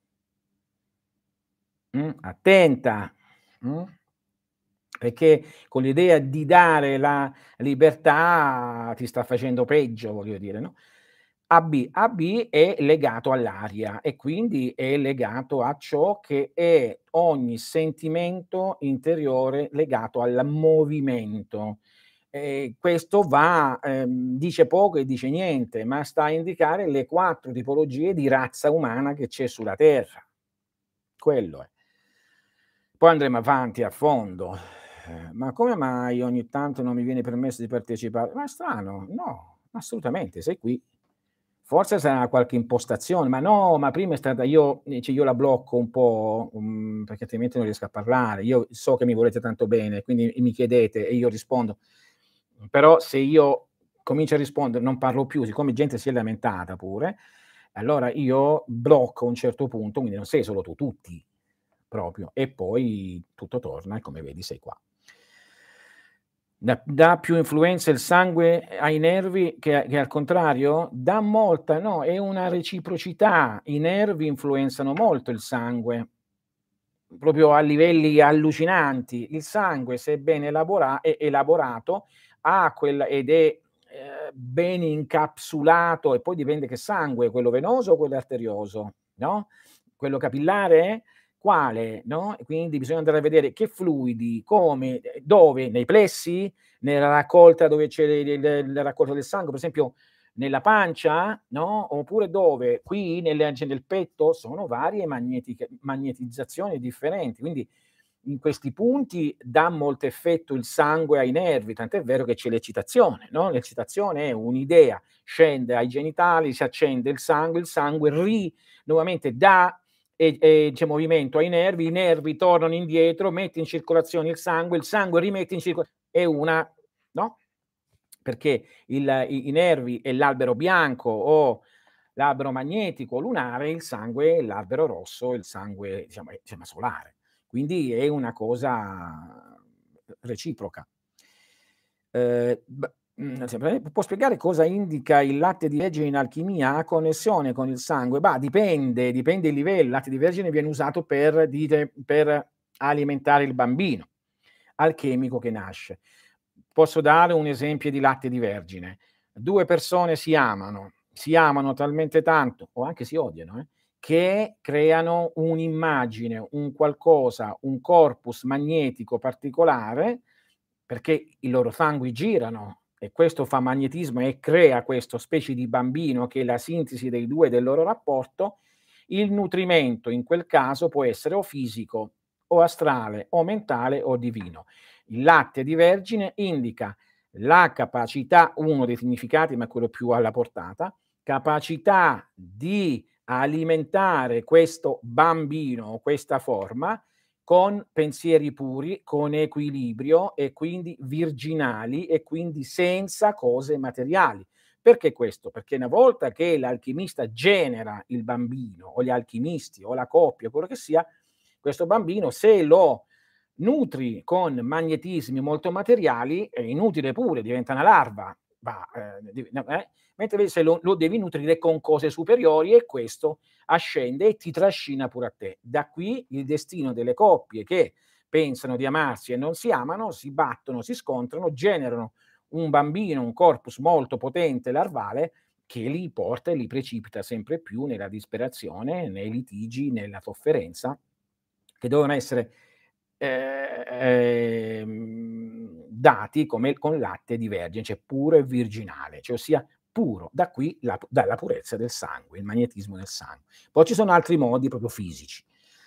Attenta, mh, perché con l'idea di dare la libertà ti sta facendo peggio, voglio dire, no. AB è legato all'aria e quindi è legato a ciò che è ogni sentimento interiore legato al movimento. Questo dice poco e dice niente, ma sta a indicare le 4 tipologie di razza umana che c'è sulla Terra. Quello è. Poi andremo avanti a fondo. Ma come mai ogni tanto non mi viene permesso di partecipare? Ma è strano, no, assolutamente, sei qui. Forse sarà qualche impostazione, ma no, ma prima è stata io la blocco un po', perché altrimenti non riesco a parlare. Io so che mi volete tanto bene, quindi mi chiedete e io rispondo. Però se io comincio a rispondere, non parlo più, siccome gente si è lamentata pure, allora io blocco a un certo punto, quindi non sei solo tu, tutti proprio, e poi tutto torna e come vedi sei qua. Dà più influenza il sangue ai nervi che al contrario? Dà molta, no, è una reciprocità. I nervi influenzano molto il sangue, proprio a livelli allucinanti. Il sangue, se ben elaborato, ha quel ed è, ben incapsulato, e poi dipende che sangue, quello venoso o quello arterioso, no, quello capillare? Quale, no, e quindi bisogna andare a vedere che fluidi, come, dove, nei plessi, nella raccolta dove c'è la raccolta del sangue, per esempio nella pancia, no, oppure dove? Qui nel petto? Sono varie magnetizzazioni differenti, quindi in questi punti dà molto effetto il sangue ai nervi, tant'è vero che c'è l'eccitazione, no, l'eccitazione è un'idea, scende ai genitali, si accende il sangue nuovamente dà c'è movimento ai nervi, i nervi tornano indietro, mette in circolazione il sangue rimette in circolo è una, no, perché i nervi è l'albero bianco o l'albero magnetico lunare, il sangue è l'albero rosso, il sangue diciamo solare. Quindi è una cosa reciproca. Sempre può spiegare cosa indica il latte di vergine in alchimia? Ha connessione con il sangue? Bah, dipende il livello. Il latte di vergine viene usato per alimentare il bambino alchemico che nasce. Posso dare un esempio di latte di vergine. 2 persone si amano talmente tanto, o anche si odiano, che creano un'immagine, un qualcosa, un corpus magnetico particolare, perché i loro sangui girano e questo fa magnetismo e crea questo specie di bambino che è la sintesi dei 2 del loro rapporto. Il nutrimento in quel caso può essere o fisico o astrale o mentale o divino. Il latte di vergine indica la capacità, uno dei significati, ma quello più alla portata, capacità di alimentare questo bambino, questa forma, con pensieri puri, con equilibrio e quindi virginali e quindi senza cose materiali. Perché questo? Perché una volta che l'alchimista genera il bambino, o gli alchimisti, o la coppia, quello che sia, questo bambino, se lo nutri con magnetismi molto materiali, è inutile pure, diventa una larva, va, mentre se lo devi nutrire con cose superiori e questo ascende e ti trascina pure a te. Da qui il destino delle coppie che pensano di amarsi e non si amano, si battono, si scontrano, generano un bambino, un corpus molto potente larvale che li porta e li precipita sempre più nella disperazione, nei litigi, nella sofferenza, che devono essere dati come con latte di vergine, cioè puro e virginale, cioè ossia puro, da qui dalla purezza del sangue, il magnetismo del sangue. Poi ci sono altri modi proprio fisici.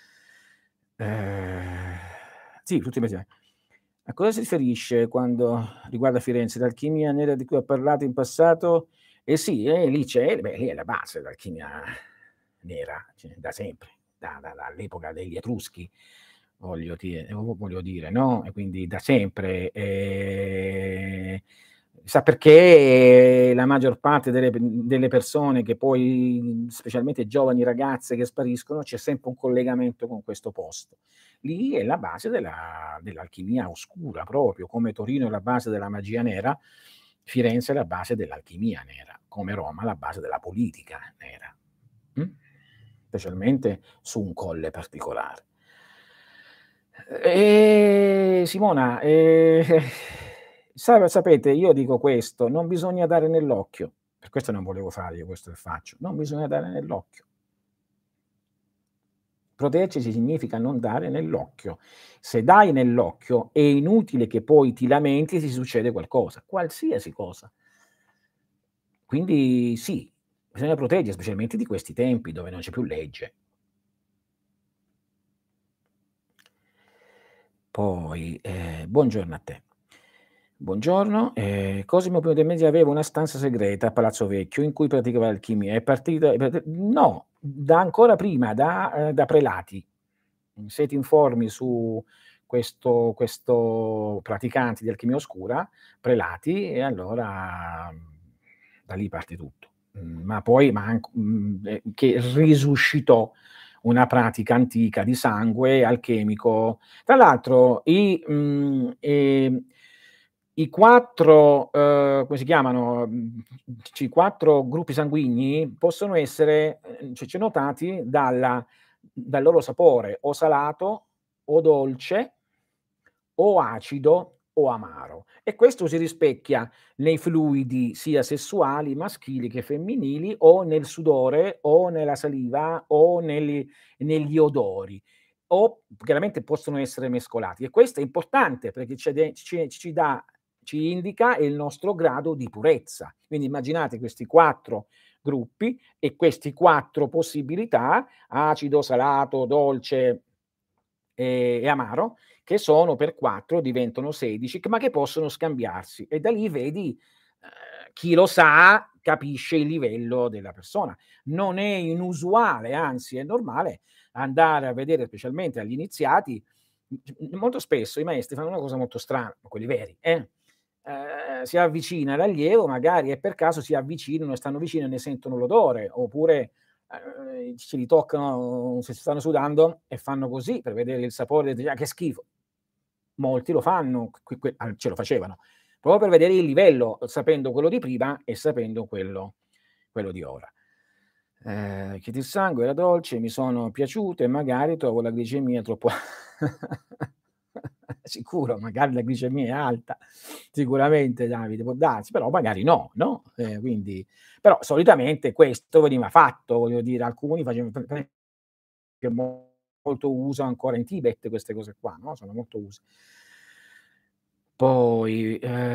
Sì, tutti i mesi. A cosa si riferisce quando riguarda Firenze? L'alchimia nera di cui ho parlato in passato? Eh sì, lì c'è, beh, lì è la base dell'alchimia nera, cioè da sempre, dall'epoca degli Etruschi, voglio dire, no? E quindi da sempre. Sa perché la maggior parte delle persone che poi, specialmente giovani ragazze che spariscono, c'è sempre un collegamento con questo posto. Lì è la base dell'alchimia oscura proprio, come Torino è la base della magia nera, Firenze è la base dell'alchimia nera, come Roma la base della politica nera, specialmente su un colle particolare. Simona, sapete, io dico questo, non bisogna dare nell'occhio, per questo non volevo fare io questo che faccio, non bisogna dare nell'occhio. Proteggersi significa non dare nell'occhio. Se dai nell'occhio è inutile che poi ti lamenti se succede qualcosa, qualsiasi cosa. Quindi sì, bisogna proteggere, specialmente di questi tempi dove non c'è più legge. Poi, buongiorno a te. Buongiorno, Cosimo Pio de' Medici aveva una stanza segreta a Palazzo Vecchio in cui praticava alchimia. È partita no, da ancora prima, da prelati. Se ti informi su questo praticante di alchimia oscura, prelati, e allora da lì parte tutto. Ma poi che risuscitò una pratica antica di sangue alchemico. Tra l'altro i 4, come si chiamano, i 4 gruppi sanguigni possono essere, cioè notati dal loro sapore, o salato, o dolce, o acido, o amaro. E questo si rispecchia nei fluidi sia sessuali, maschili che femminili, o nel sudore, o nella saliva, o negli odori, o chiaramente possono essere mescolati. E questo è importante perché ci indica il nostro grado di purezza. Quindi immaginate questi 4 gruppi e questi 4 possibilità, acido, salato, dolce e amaro, che sono per 4 diventano 16, ma che possono scambiarsi. E da lì vedi, chi lo sa capisce il livello della persona. Non è inusuale, anzi è normale andare a vedere, specialmente agli iniziati, molto spesso i maestri fanno una cosa molto strana, quelli veri, si avvicina l'allievo magari e per caso si avvicinano e stanno vicino e ne sentono l'odore, oppure ce li toccano se stanno sudando e fanno così per vedere il sapore, che schifo. Molti lo fanno, ce lo facevano, proprio per vedere il livello, sapendo quello di prima e sapendo quello di ora. Che il sangue era dolce, mi sono piaciute, magari trovo la glicemia troppo sicuro, magari la glicemia è alta, sicuramente Davide, può darsi, però magari no, no? Quindi però solitamente questo veniva fatto, voglio dire, alcuni facevano che molto uso ancora in Tibet queste cose qua, no, sono molto use. Poi,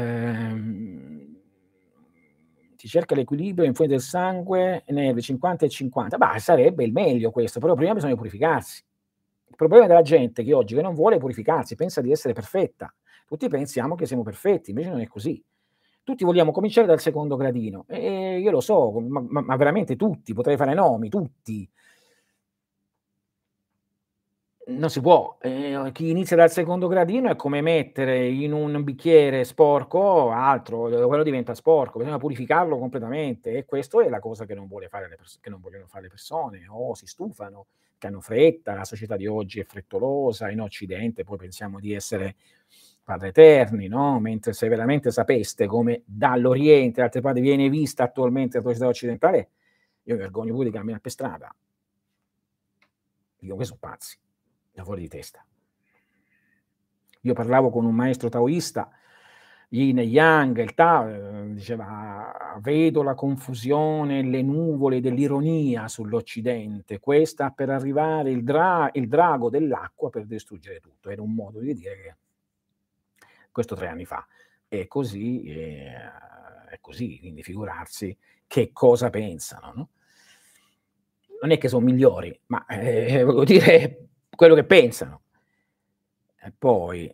si cerca l'equilibrio in fuori del sangue, nervi 50 e 50. Bah, sarebbe il meglio questo, però prima bisogna purificarsi. Il problema della gente che oggi che non vuole purificarsi, pensa di essere perfetta. Tutti pensiamo che siamo perfetti, invece non è così. Tutti vogliamo cominciare dal secondo gradino e io lo so, ma veramente tutti, potrei fare nomi, tutti. Non si può. Chi inizia dal secondo gradino è come mettere in un bicchiere sporco altro, quello diventa sporco, bisogna purificarlo completamente e questo è la cosa che non vuole fare che non vogliono fare le persone, o si stufano, che hanno fretta, la società di oggi è frettolosa, in Occidente poi pensiamo di essere padri eterni, no, mentre se veramente sapeste come dall'Oriente, da altre parti viene vista attualmente la società occidentale, io mi vergogno pure di camminare per strada. Dico: "Questi so' pazzi, da fuori di testa". Io parlavo con un maestro taoista, Yin e Yang, il Tao, diceva: "Vedo la confusione, le nuvole dell'ironia sull'Occidente, questa per arrivare il drago dell'acqua per distruggere tutto". Era un modo di dire che questo 3 anni fa. È così, quindi figurarsi che cosa pensano, no? Non è che son migliori, ma, volevo dire quello che pensano. E poi,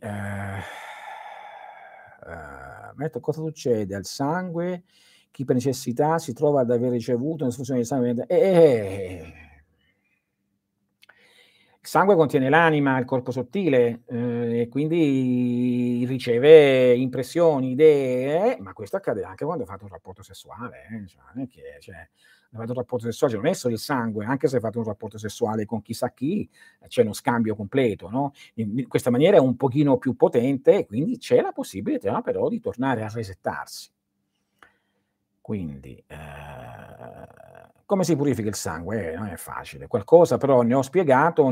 metto cosa succede al sangue? Chi per necessità si trova ad aver ricevuto un'esfusione di sangue il sangue contiene l'anima, il corpo sottile, e quindi riceve impressioni, idee, ma questo accade anche quando fate un rapporto sessuale, cioè non è che cioè, fate un rapporto sessuale, cioè non è solo il sangue, anche se fate un rapporto sessuale con chissà chi, c'è uno scambio completo, no, in questa maniera è un pochino più potente e quindi c'è la possibilità però di tornare a resettarsi. Quindi, come si purifica il sangue? Non è facile. Qualcosa però ne ho spiegato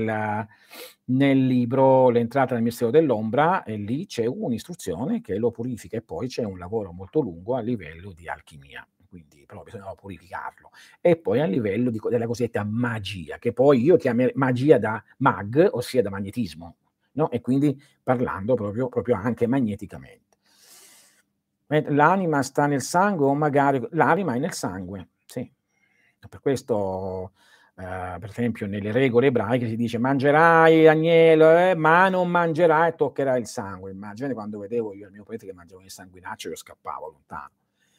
nel libro "L'entrata nel mistero dell'ombra" e lì c'è un'istruzione che lo purifica e poi c'è un lavoro molto lungo a livello di alchimia, quindi però bisognava purificarlo. E poi a livello della cosiddetta magia, che poi io chiamerei magia da mag, ossia da magnetismo, no, e quindi parlando proprio anche magneticamente. L'anima sta nel sangue o magari l'anima è nel sangue, sì. Per questo, per esempio nelle regole ebraiche si dice: "Mangerai agnello, ma non mangerai e toccherai il sangue". Immaginate quando vedevo io il mio prete che mangiava il sanguinaccio, io scappavo lontano.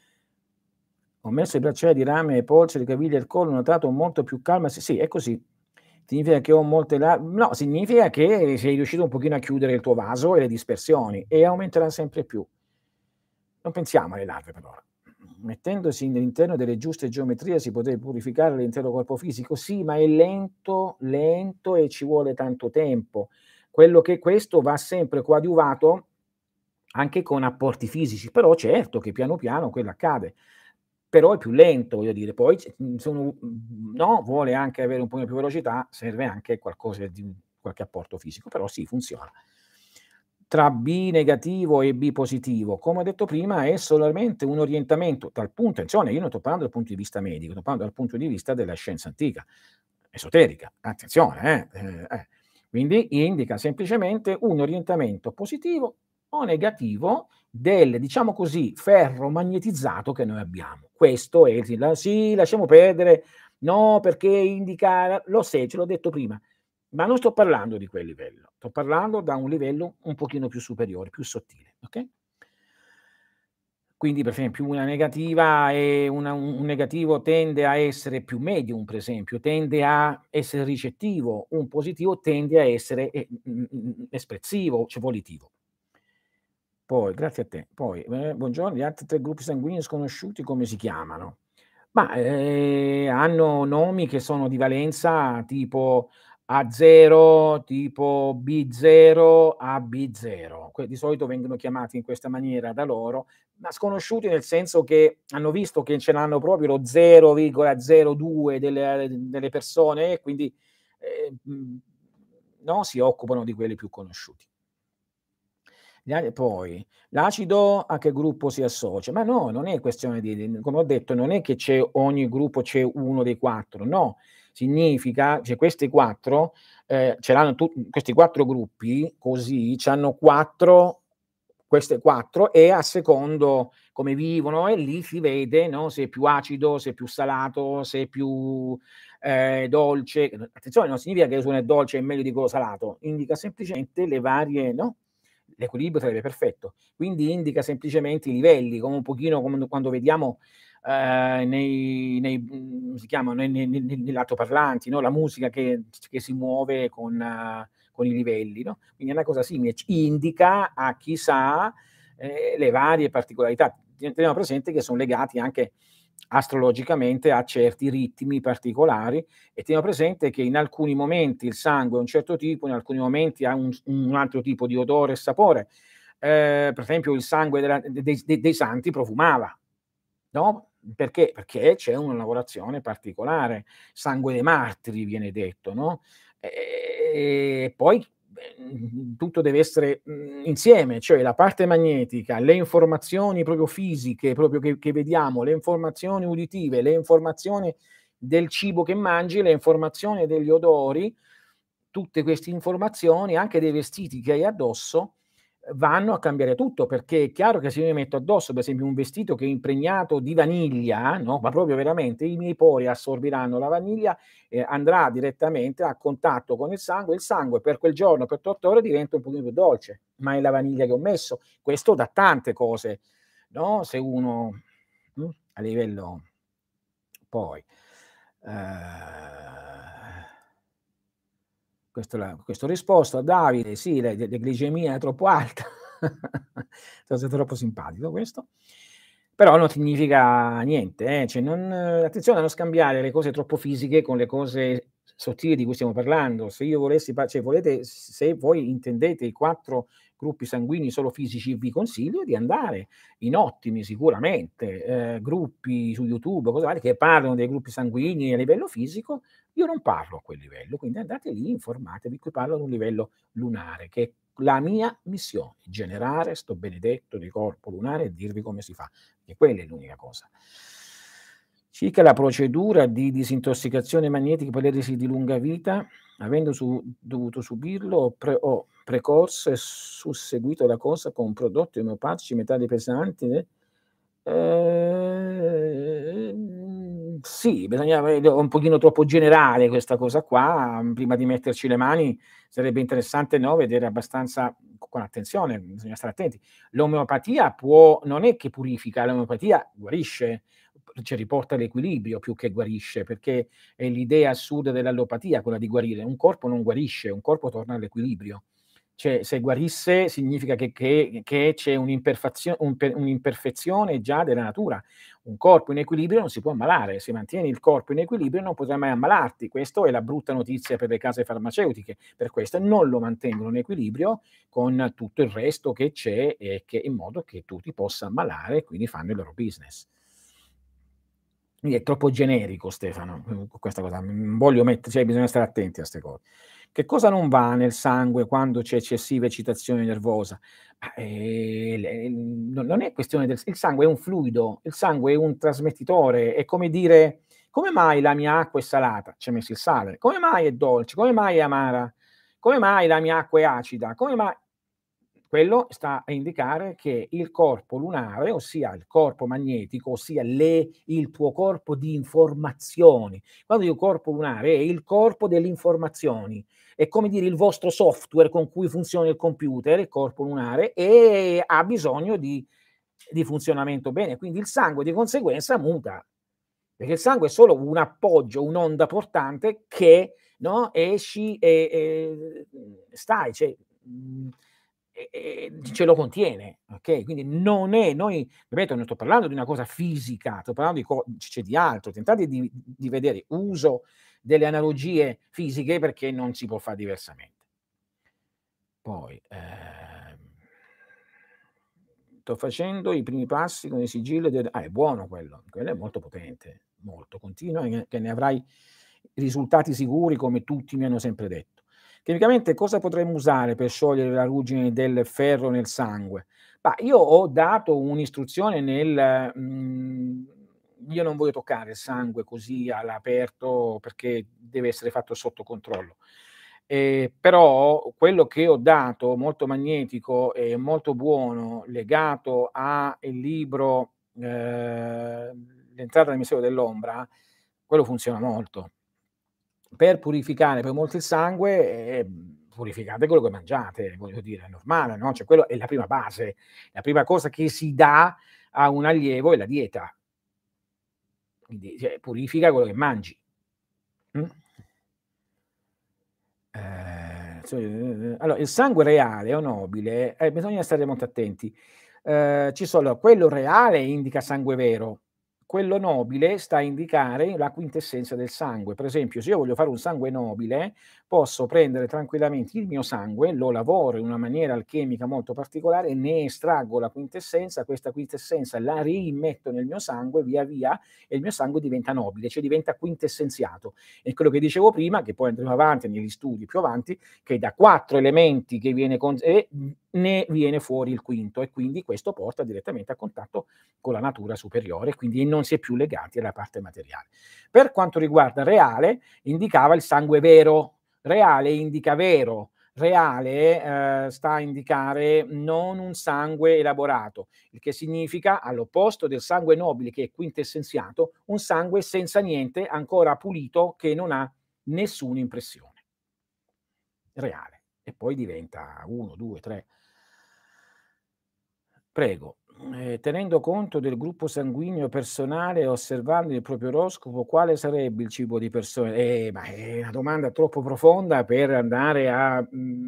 Ho messo i bracciali di rame ai polsi, le caviglie e il collo, ho notato molto più calma sì, è così. Significa che ho molte no, significa che sei riuscito un pochino a chiudere il tuo vaso e le dispersioni e aumenterà sempre più. Non pensiamo alle larve per ora. Mettendosi all'interno delle giuste geometrie si potrebbe purificare l'intero corpo fisico? Sì, ma è lento e ci vuole tanto tempo. Quello che questo va sempre coadiuvato anche con apporti fisici, però certo che piano piano quello accade. Però è più lento, voglio dire, poi se uno, no, vuole anche avere un pochino più velocità, serve anche qualcosa di qualche apporto fisico, però sì, funziona. Tra B negativo e B positivo, come ho detto prima, è solamente un orientamento dal punto attenzione, io non sto parlando dal punto di vista medico, sto parlando dal punto di vista della scienza antica, esoterica, attenzione, Quindi indica semplicemente un orientamento positivo o negativo del, diciamo così, ferro magnetizzato che noi abbiamo. Questo è sì, lasciamo perdere, no, perché indica lo sai, ce l'ho detto prima. Ma non sto parlando di quel livello, sto parlando da un livello un pochino più superiore, più sottile, okay? Quindi per esempio una negativa un negativo tende a essere più medium, per esempio, tende a essere ricettivo, un positivo tende a essere, espressivo, cioè volitivo. Poi grazie a te. Poi, buongiorno, gli altri 3 gruppi sanguigni sconosciuti come si chiamano? Ma, hanno nomi che sono di valenza tipo A0, tipo B0, AB0. Di solito vengono chiamati in questa maniera da loro, ma sconosciuti nel senso che hanno visto che ce l'hanno proprio lo 0,02 delle persone e quindi, no, si occupano di quelli più conosciuti. Poi, l'acido a che gruppo si associa? Ma no, non è questione di come ho detto, non è che ogni gruppo c'è uno dei 4, no. Significa cioè questi 4, ce l'hanno questi 4 gruppi così c'hanno 4 queste 4 e a secondo come vivono e lì si vede, no, se è più acido, se è più salato, se è più, dolce. Attenzione, non significa che se uno è dolce è meglio di quello salato, indica semplicemente le varie, no, l'equilibrio sarebbe perfetto. Quindi indica semplicemente i livelli, come un pochino come quando vediamo, si chiama, negli altoparlanti, no, la musica che si muove con i livelli, no, quindi è una cosa simile, ci indica a chi sa, le varie particolarità. Teniamo presente che son legati anche astrologicamente a certi ritmi particolari e teniamo presente che in alcuni momenti il sangue è un certo tipo, in alcuni momenti ha un altro tipo di odore e sapore. Per esempio il sangue dei santi profumava, no, perché? Perché c'è una lavorazione particolare, sangue dei martiri viene detto, no, poi, tutto deve essere, insieme, cioè la parte magnetica, le informazioni proprio fisiche, proprio che vediamo, le informazioni uditive, le informazioni del cibo che mangi, le informazioni degli odori, tutte queste informazioni, anche dei vestiti che hai addosso, vanno a cambiare tutto, perché è chiaro che se io mi metto addosso, per esempio, un vestito che è impregnato di vaniglia, no, ma proprio veramente i miei pori assorbiranno la vaniglia e andrà direttamente a contatto con il sangue per quel giorno, per 8 ore diventa un pochino più dolce, ma è la vaniglia che ho messo. Questo da tante cose, no, se uno, a livello poi, ehm questo ho risposto a Davide: "Sì, la glicemia è troppo alta." Sei troppo simpatico questo. Però non significa niente, cioè non attenzione a non scambiare le cose troppo fisiche con le cose sottili di cui stiamo parlando. Se io volessi cioè volete se voi intendete i 4 gruppi sanguigni solo fisici, vi consiglio di andare in ottimi sicuramente, gruppi su YouTube, cose varie, che parlano dei gruppi sanguigni a livello fisico. Io non parlo a quel livello, quindi andate lì, informatevi, qui parlo ad un livello lunare, che è la mia missione, generare 'sto benedetto di corpo lunare e dirvi come si fa, e quella è l'unica cosa. Circa la procedura di disintossicazione magnetica per l'eresi di lunga vita, avendo dovuto subirlo, ho precorso e susseguito la cosa con prodotti omeopatici, metalli pesanti, sì, bisognava è un pochino troppo generale questa cosa qua, prima di metterci le mani sarebbe interessante, no, vedere abbastanza con attenzione, bisogna stare attenti. L'omeopatia può non è che purifica, l'omeopatia guarisce, cioè riporta l'equilibrio più che guarisce, perché è l'idea assurda dell'allopatia quella di guarire. Un corpo non guarisce, un corpo torna all'equilibrio. Cioè, se guarisse significa che c'è un'imperfezione già della natura. Un corpo in equilibrio non si può ammalare, se mantieni il corpo in equilibrio non potrai mai ammalarti. Questo è la brutta notizia per le case farmaceutiche, per questo non lo mantengono in equilibrio con tutto il resto che c'è e che in modo che tu ti possa ammalare e quindi fanno il loro business. Quindi è troppo generico Stefano, questa cosa. Voglio cioè bisogna stare attenti a 'ste cose. Che cosa non va nel sangue quando c'è eccessiva eccitazione nervosa? Ma, non è questione il sangue è un fluido, il sangue è un trasmettitore, è come dire: "Come mai la mia acqua è salata?" Ci hai messo il sale. "Come mai è dolce? Come mai è amara? Come mai la mia acqua è acida? Come ma" Quello sta a indicare che il corpo lunare, ossia il corpo magnetico, ossia il tuo corpo di informazioni. Quando dico corpo lunare è il corpo delle informazioni, è come dire il vostro software con cui funziona il computer, il corpo lunare, e ha bisogno di funzionamento bene, quindi il sangue di conseguenza muta, perché il sangue è solo un appoggio, un'onda portante che, no, esci stai, cioè, mhmm ce lo contiene, okay, quindi non è noi ripeto, non sto parlando di una cosa fisica, sto parlando c'è di altro. Tentate di vedere, uso delle analogie fisiche perché non si può far diversamente. Poi, sto facendo i primi passi con il sigillo è buono quello è molto potente, molto. Continua che ne avrai risultati sicuri come tutti mi hanno sempre detto. Chimicamente cosa potremmo usare per sciogliere la ruggine del ferro nel sangue? Mah, io ho dato un'istruzione io non voglio toccare il sangue così all'aperto perché deve essere fatto sotto controllo. Però quello che ho dato, molto magnetico e molto buono, legato a il libro, L'entrata nel mistero dell'ombra, quello funziona molto. Per purificare poi molto il sangue, purificate quello che mangiate, voglio dire, è normale, no, cioè quello è la prima base, la prima cosa che si dà a un allievo è la dieta. Quindi, cioè, purifica quello che mangi. Mh. Allora, il sangue reale o nobile, bisogna stare molto attenti. Ci sono quello reale indica sangue vero, quello nobile sta a indicare la quintessenza del sangue. Per esempio, se io voglio fare un sangue nobile, posso prendere tranquillamente il mio sangue, lo lavoro in una maniera alchemica molto particolare, ne estraggo la quintessenza, questa quintessenza la rimetto nel mio sangue via via e il mio sangue diventa nobile, cioè diventa quintessenziato. E quello che dicevo prima, che poi andremo avanti negli studi più avanti, che da 4 elementi che viene ne viene fuori il quinto e quindi questo porta direttamente a contatto con la natura superiore, quindi non si è più legati alla parte materiale. Per quanto riguarda reale, indicava il sangue vero, reale indica vero, reale sta a indicare non un sangue elaborato, il che significa, all'opposto del sangue nobile che è quintessenziato, un sangue senza niente, ancora pulito, che non ha nessuna impressione. Reale. E poi diventa 1, 2, 3. Prego. Tenendo conto del gruppo sanguigno personale e osservando il proprio oroscopo, quale sarebbe il cibo di persone? Ma è una domanda troppo profonda per andare a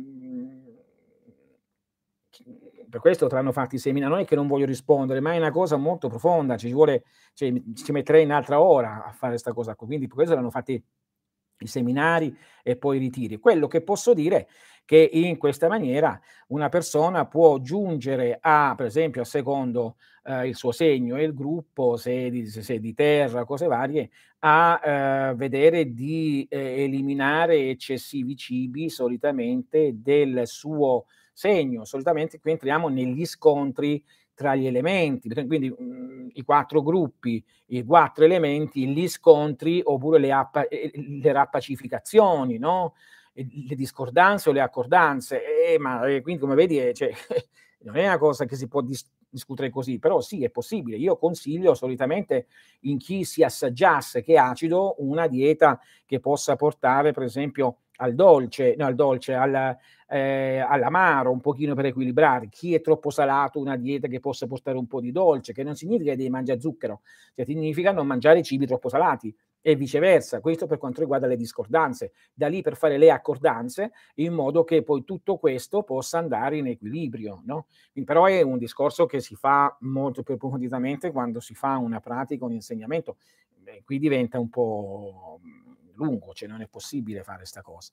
per questo te l'hanno fatti i non è che non voglio rispondere, ma è una cosa molto profonda, ci vuole cioè ci metterei un'altra ora a fare 'sta cosa qui, quindi per questo l'hanno fatti i seminari e poi i ritiri. Quello che posso dire è che in questa maniera una persona può giungere a per esempio a secondo, il suo segno e il gruppo, se è di terra, cose varie, a, vedere di, eliminare eccessivi cibi solitamente del suo segno. Solitamente qui entriamo negli scontri tra gli elementi, quindi, i 4 gruppi, i 4 elementi, gli scontri oppure le rappacificazioni, no, le discordanze o le accordanze. Ma, quindi come vedi, cioè non è una cosa che si può discutere così, però sì, è possibile. Io consiglio solitamente in chi si assaggiasse che è acido, una dieta che possa portare per esempio al dolce no al dolce, all'amaro un pochino per equilibrare. Chi è troppo salato, una dieta che possa portare un po' di dolce, che non significa che devi mangiare zucchero, cioè significa non mangiare cibi troppo salati e viceversa. Questo per quanto riguarda le discordanze. Da lì per fare le accordanze, in modo che poi tutto questo possa andare in equilibrio, no, però è un discorso che si fa molto più approfonditamente quando si fa una pratica, un insegnamento. Qui diventa un po', lungo, cioè non è possibile fare 'sta cosa.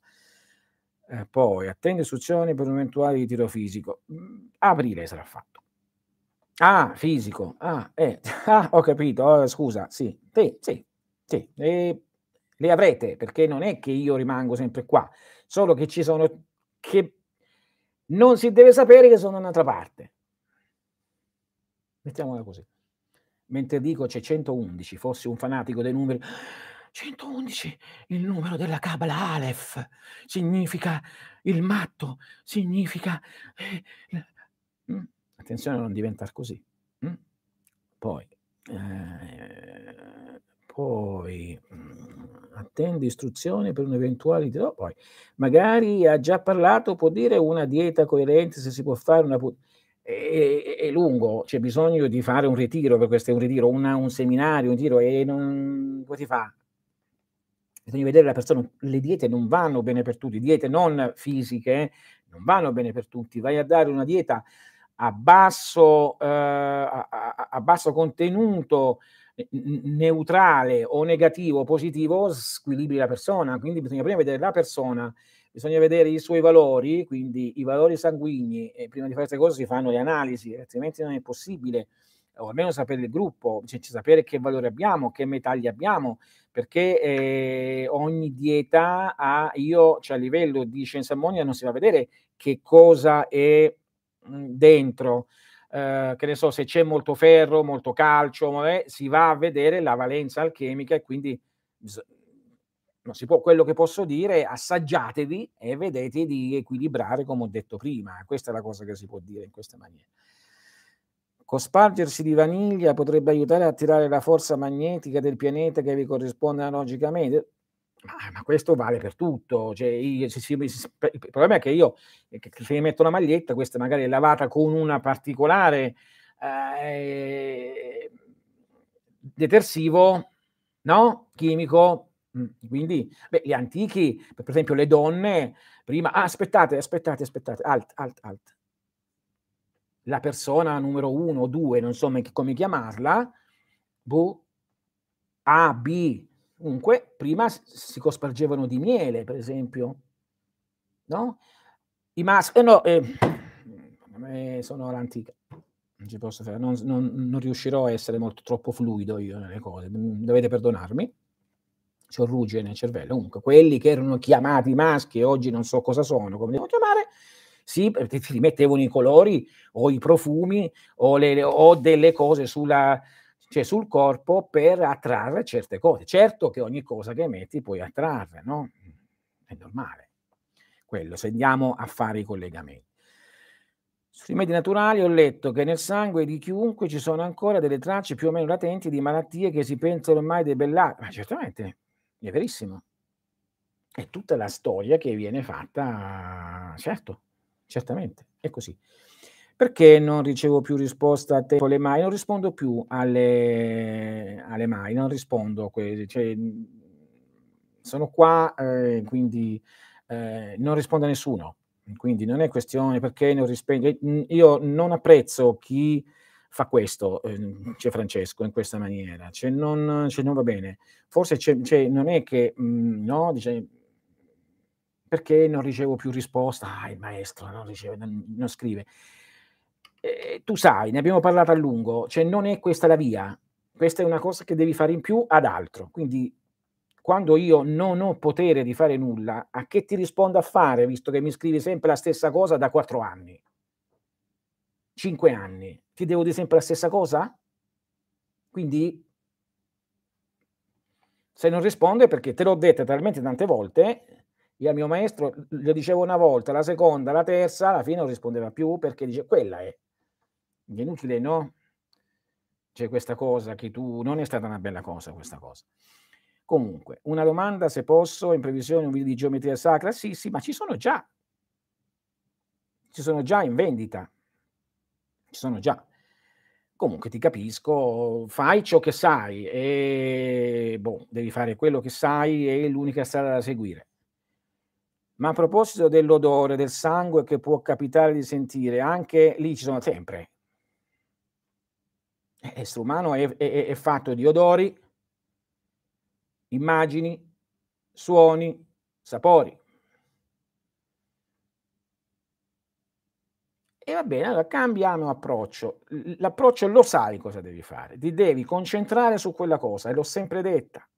Poi attende istruzioni per un eventuale ritiro fisico. Aprile sarà fatto. Ah, fisico. Ah, ah, ho capito. Scusa, sì. Sì, sì, sì. Le avrete, perché non è che io rimango sempre qua, solo che ci sono che non si deve sapere che sono da un'altra parte. Mettiamola così. Mentre dico c'è 111, fossi un fanatico dei numeri: 111, il numero della Cabala Aleph, significa il matto, significa, l attenzione a non diventar così, mh. Poi, attendi istruzioni per un eventuale poi magari ha già parlato, può dire una dieta coerente, se si può fare una è lungo, c'è bisogno di fare un ritiro per questo è un ritiro, un seminario, un ritiro e non come si fa? Bisogna vedere la persona le diete non vanno bene per tutti, diete non fisiche, non vanno bene per tutti. Vai a dare una dieta a basso a basso contenuto, neutrale o negativo o positivo, squilibri la persona. Quindi bisogna prima vedere la persona, bisogna vedere i suoi valori, quindi i valori sanguigni e prima di fare 'ste cose si fanno le analisi, altrimenti non è possibile. O almeno sapere il gruppo, cioè sapere che valori abbiamo, che metalli abbiamo, perché, ogni dieta ha cioè a livello di scienza ammonia non si va a vedere che cosa è, dentro. Che ne so, se c'è molto ferro, molto calcio, si va a vedere la valenza alchemica e quindi bis non si può. Quello che posso dire è assaggiatevi e vedete di equilibrare come ho detto prima. Questa è la cosa che si può dire in questa maniera. Cospargersi di vaniglia potrebbe aiutare a attirare la forza magnetica del pianeta che vi corrisponde analogicamente? Ma questo vale per tutto. Cioè, il problema è che io che se mi metto la maglietta, questa magari è lavata con una particolare ehm, detersivo, no, chimico, quindi beh, gli antichi, per esempio le donne prima aspettate, alt. La persona numero 1 o 2, non so come chiamarla, boh, A, B, comunque prima si cospargevano di miele, per esempio, no, i no, sono all'antica. Non ci posso fare, non riuscirò a essere molto troppo fluido io nelle cose, dovete perdonarmi. C'ho ruggine nel cervello. Comunque quelli che erano chiamati maschi e oggi non so cosa sono, come devo chiamare, sì, perché ti rimettevano i colori o i profumi o delle cose sul corpo per attrarre certe cose. Certo che ogni cosa che metti puoi attrarre, no, è normale quello, se andiamo a fare i collegamenti. Sui rimedi naturali ho letto che nel sangue di chiunque ci sono ancora delle tracce più o meno latenti di malattie che si pensano ormai debellate. Ma certamente, è verissimo. È tutta la storia che viene fatta, certo, certamente, è così. Perché non ricevo più risposta a te alle mail? Non rispondo più alle mail, non rispondo sono qua, quindi, non rispondo a nessuno. Quindi non è questione perché non rispendi io non apprezzo chi fa questo, c'è Francesco, in questa maniera, non va bene. Forse non è che, no, dice perché non ricevo più risposta? Ah, il maestro non riceve non scrive. Tu sai, ne abbiamo parlato a lungo, cioè non è questa la via. Questa è una cosa che devi fare in più ad altro. Quindi quando io non ho potere di fare nulla, a che ti rispondo a fare, visto che mi scrivi sempre la stessa cosa da 4 anni, 5 anni? Ti devo dire sempre la stessa cosa? Quindi se non rispondo è perché te l'ho detta talmente tante volte, io al mio maestro lo dicevo una volta, la seconda, la terza, alla fine non rispondeva più perché dice: "Quella è". È inutile, no, c'è questa cosa che tu non è stata una bella cosa questa cosa. Comunque, una domanda se posso, in previsione un video di geometria sacra? Sì, sì, ma ci sono già in vendita, ci sono già. Comunque ti capisco, fai ciò che sai e boh, devi fare quello che sai, è l'unica strada da seguire. Ma a proposito dell'odore del sangue che può capitare di sentire, anche lì ci sono sempre. L'essere umano è fatto di odori, immagini, suoni, sapori. E va bene, allora cambiamo approccio. L'approccio lo sai cosa devi fare, ti devi concentrare su quella cosa e l'ho sempre detta.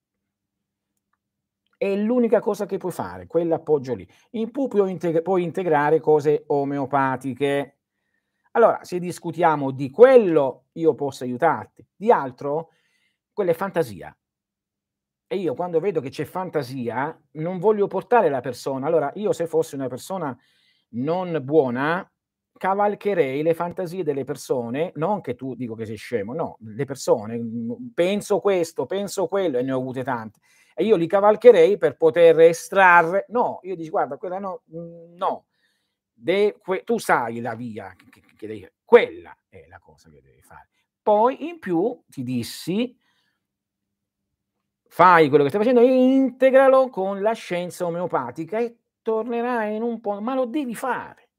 È l'unica cosa che puoi fare, quell'appoggio lì. In più puoi integrare cose omeopatiche. Allora, se discutiamo di quello, io posso aiutarti, di altro, quella è fantasia. E io quando vedo che c'è fantasia, non voglio portare la persona. Allora, io se fossi una persona non buona, cavalcherei le fantasie delle persone, non che tu dico che sei scemo, no, le persone, penso questo, penso quello, e ne ho avute tante. E io li cavalcherei per poter estrarre no, io dici: "Guarda quella no, no, tu sai la via che devi quella è la cosa che devi fare". Poi in più ti dissi fai quello che stai facendo e integralo con la scienza omeopatica e tornerai in un po' ma lo devi fare.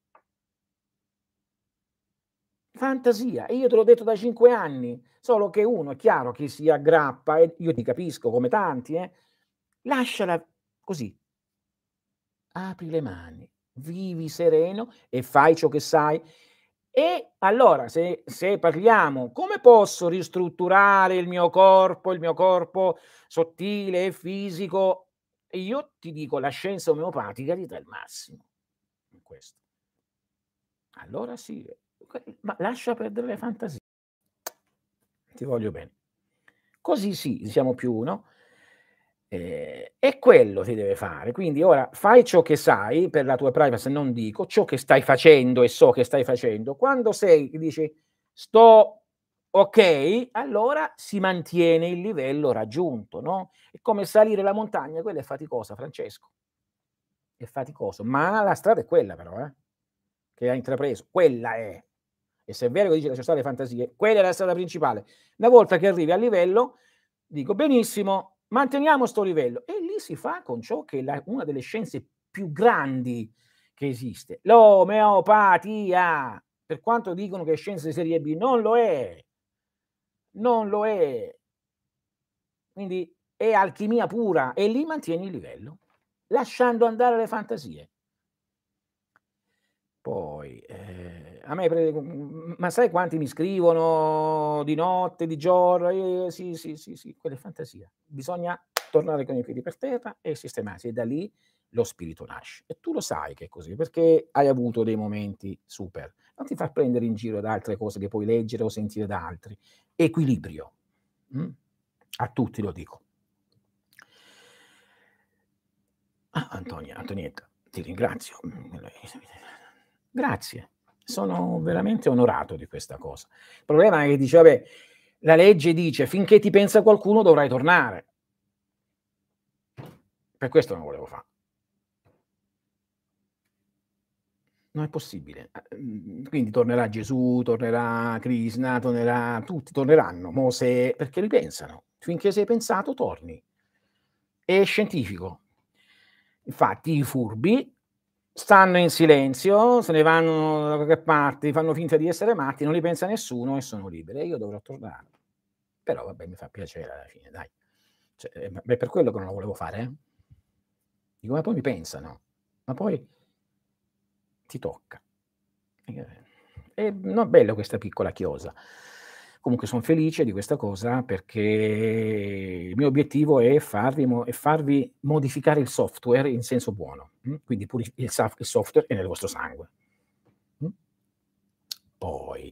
Fantasia, e io te l'ho detto da 5 anni, solo che uno è chiaro che si aggrappa e io ti capisco come tanti, lasciala così, apri le mani, vivi sereno e fai ciò che sai. E allora se parliamo, come posso ristrutturare il mio corpo sottile e fisico? E io ti dico la scienza omeopatica ti dà il massimo in questo. Allora sì, ma lascia perdere le fantasie. Ti voglio bene. Così sì, siamo più uno. E quello si deve fare. Quindi ora fai ciò che sai, per la tua privacy non dico, ciò che stai facendo e so che stai facendo. Quando sei che dici: "Sto okay", allora si mantiene il livello raggiunto, no, è come salire la montagna, quello è faticosa, Francesco, è faticoso, ma la strada è quella però, che hai intrapreso, quella è. E se è vero che dici lascia stare le fantasie, quella è la strada principale. Una volta che arrivi a livello, dico: "Benissimo, manteniamo 'sto livello", e lì si fa con ciò che è la una delle scienze più grandi che esiste, l'omeopatia. Per quanto dicono che è scienza di serie B, non lo è, non lo è. Quindi è alchimia pura e lì mantieni il livello, lasciando andare le fantasie. Poi, a me ma sai quanti mi scrivono di notte, di giorno? Sì, sì, sì, sì, quella è fantasia. Bisogna tornare con i piedi per terra e sistemarsi e da lì lo spirito nasce. E tu lo sai che è così, perché hai avuto dei momenti super. Non ti far prendere in giro da altre cose che puoi leggere o sentire da altri. Equilibrio, mh? A tutti lo dico. Antonietta, ti ringrazio. Grazie, sono veramente onorato di questa cosa. Il problema è che dice: "Vabbè, la legge dice finché ti pensa qualcuno dovrai tornare". Per questo non volevo fa. Non è possibile. Quindi tornerà Gesù, tornerà Krishna, tornerà tutti torneranno, Mosè, perché ripensano. Finché sei pensato torni. È scientifico. Infatti i furbi stanno in silenzio, se ne vanno da qualche parte, fanno finta di essere matti, non li pensa nessuno e sono liberi e io dovrò tornare. Però vabbè, mi fa piacere alla fine, dai. Cioè, ma è per quello che non lo volevo fare, Dico: "Ma poi mi pensano, ma poi ti tocca". No, bello questa piccola chiosa. Comunque son felice di questa cosa perché il mio obiettivo è farvi modificare il software in senso buono, quindi puri il software è nel vostro sangue. Mh. Poi,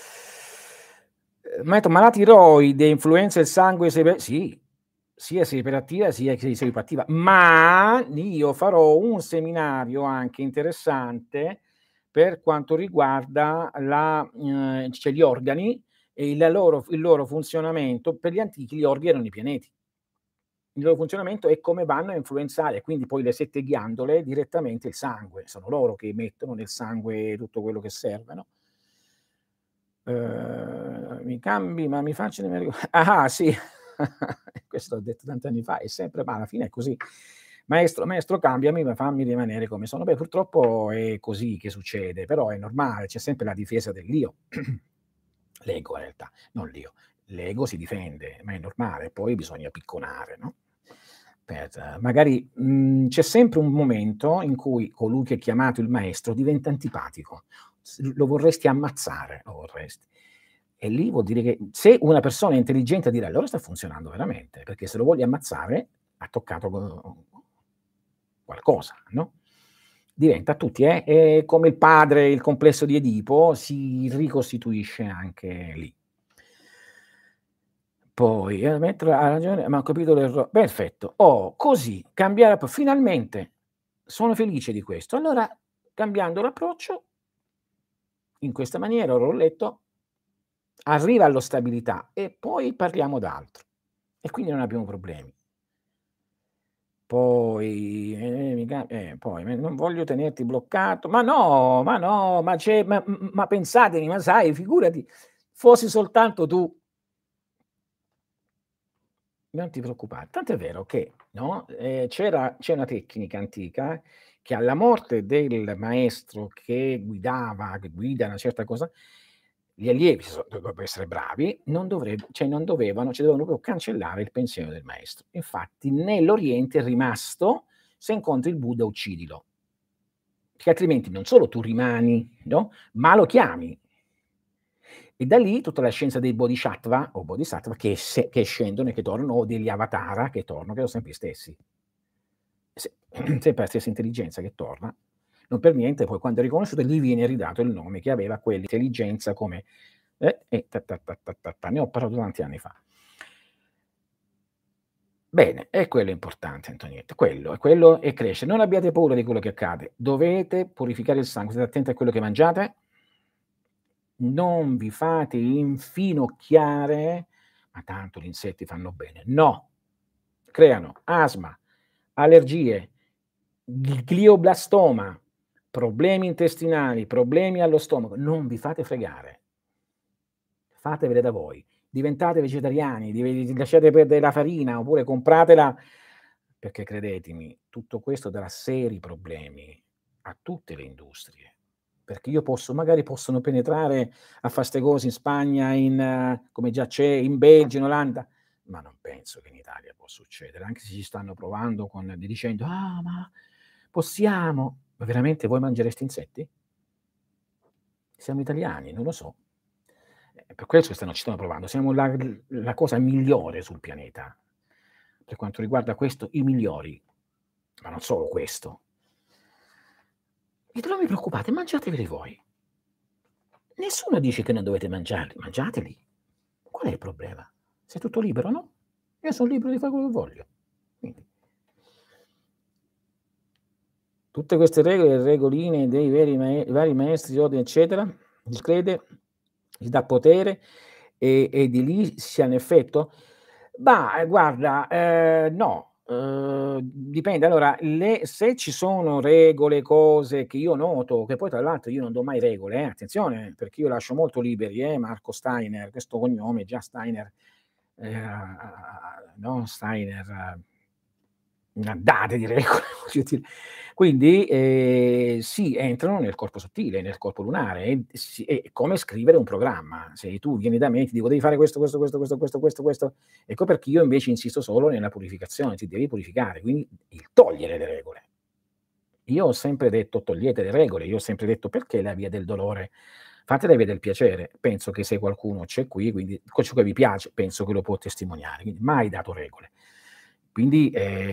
m'ha detto: "Ma la tiroide influenza il sangue se sì, sia se iperattiva sia che se ipoattiva, ma io farò un seminario anche interessante per quanto riguarda cioè gli organi e il loro funzionamento. Per gli antichi gli organi erano i pianeti. Il loro funzionamento e come vanno a influenzare quindi poi le 7 ghiandole direttamente il sangue. Sono loro che mettono nel sangue tutto quello che serve, no? Mi cambi ma mi faccio ah sì, questo l'ho detto tanti anni fa, è sempre ma alla fine è così. Maestro cambiami, ma fammi rimanere come sono. Beh, purtroppo è così che succede, però è normale, c'è sempre la difesa dell'io. L'ego in realtà, non l'io. L'ego si difende, ma è normale, poi bisogna picconare, no, magari, c'è sempre un momento in cui colui che è chiamato il maestro diventa antipatico. Lo vorresti ammazzare, lo vorresti. E lì vuol dire che se una persona è intelligente dirà: "Allora sta funzionando veramente", perché se lo voglio ammazzare ha toccato qualcosa, no, diventa a tutti, è come il padre, il complesso di Edipo, si ricostituisce anche lì. Poi, mettere ha ragione, ma ho capito perfetto. Oh, così, cambiare finalmente sono felice di questo. Allora, cambiando l'approccio, in questa maniera, ora l'ho letto, arriva allo stabilità e poi parliamo d'altro. E quindi non abbiamo problemi. Poi, poi non voglio tenerti bloccato. Ma no, ma no, ma c'è ma pensatemi, ma sai, figurati, fossi soltanto tu. Non ti preoccupare. Tant'è vero che, no, c'è una tecnica antica che alla morte del maestro che guida una certa cosa, gli allievi dovrebbero essere bravi, non dovevano cioè dovevano proprio cancellare il pensiero del maestro. Infatti nell'Oriente è rimasto: se incontri il Buddha uccidilo, perché altrimenti non solo tu rimani, no, ma lo chiami. E da lì tutta la scienza dei bodhisattva o bodhisattva che scendono e che tornano, o degli avatara che tornano, che sono sempre gli stessi. Se sempre la stessa intelligenza che torna. Non per niente poi quando è riconosciuto gli viene ridato il nome che aveva quell'intelligenza come e ta ta ta ta ta ta. Ne ho parlato tanti anni fa. Bene, e quello è importante Antonietta, quello e cresce. Non abbiate paura di quello che accade, dovete purificare il sangue, state attenti a quello che mangiate, non vi fate infinocchiare: "Ma tanto gli insetti fanno bene." No, creano asma, allergie, glioblastoma, problemi intestinali, problemi allo stomaco. Non vi fate fregare. Fatevele da voi. Diventate vegetariani, lasciate perdere la farina oppure compratela, perché credetemi, tutto questo darà seri problemi a tutte le industrie. Perché io magari possono penetrare a fa' 'ste cose in Spagna, come già c'è, in Belgio, in Olanda, ma non penso che in Italia può succedere, anche se ci stanno provando dicendo: "Ah, ma possiamo." Ma veramente voi mangereste insetti? Siamo italiani, non lo so. Per questo ci stanno provando. Siamo la cosa migliore sul pianeta. Per quanto riguarda questo, i migliori. Ma non solo questo. Non vi preoccupate, mangiateveli voi. Nessuno dice che non dovete mangiarli, mangiateli. Qual è il problema? Sei tutto libero, no? Io son libero di fare quello che voglio. Quindi tutte queste regole, regoline dei vari maestri di ordine, eccetera, gli crede, gli dà potere e di lì si ha un effetto? Mah, guarda, no, dipende. Allora, se ci sono regole, cose che io noto, che poi tra l'altro io non do mai regole, attenzione, perché io lascio molto liberi, Marco Steiner, questo cognome già Steiner, no, Steiner, date di regole, voglio dire. Quindi, sì, entrano nel corpo sottile, nel corpo lunare è come scrivere un programma. Se tu vieni da me e ti dico: "Devi fare questo, questo, questo, questo, questo, questo, questo", ecco perché io invece insisto solo nella purificazione, ti devi purificare, quindi il togliere le regole. Io ho sempre detto: "Togliete le regole", io ho sempre detto: "Perché la via del dolore? Fate la via del piacere". Penso che se qualcuno c'è qui, quindi ciò che vi piace, penso che lo può testimoniare, quindi mai dato regole. Quindi,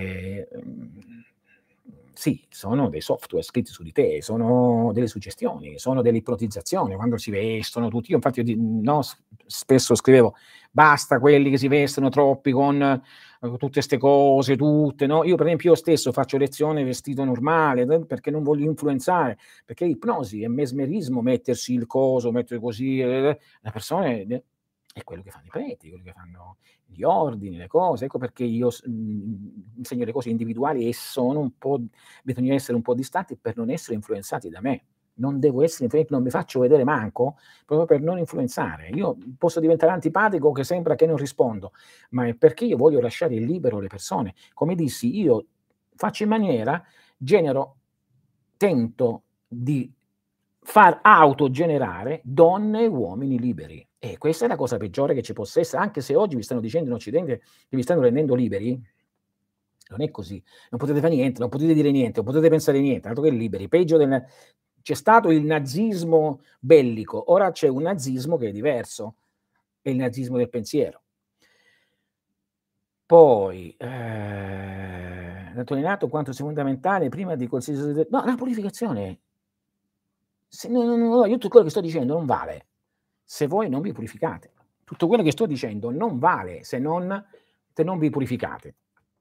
sì, sono dei software scritti su di te, sono delle suggestioni, sono delle ipnotizzazioni, quando si vestono tutti, io infatti no, spesso scrivevo: "Basta quelli che si vestono troppi con tutte 'ste cose, tutte", no, io per esempio io stesso faccio lezione vestito normale, perché non voglio influenzare, perché è ipnosi, è mesmerismo mettersi il coso, mettere così, le persone è quello che fanno i preti, quello che fanno gli ordini, le cose. Ecco perché io insegno le cose individuali e sono un po', bisogna essere un po' distanti per non essere influenzati da me. Non devo essere non mi faccio vedere manco, proprio per non influenzare. Io posso diventare antipatico che sembra che non rispondo, ma è perché io voglio lasciare libero le persone. Come dissi, io faccio in maniera, genero, tento di far autogenerare donne e uomini liberi. E questa è la cosa peggiore che ci possa essere, anche se oggi vi stanno dicendo in Occidente che vi stanno rendendo liberi, non è così. Non potete fa' niente, non potete dire niente, non potete pensare niente, altro che liberi. Peggio del c'è stato il nazismo bellico, ora c'è un nazismo che è diverso, è il nazismo del pensiero. Poi, sottolineato quanto sia fondamentale prima di qualsiasi no, la purificazione. Se no, io tutto quello che sto dicendo non vale se voi non vi purificate. Tutto quello che sto dicendo non vale se non vi purificate.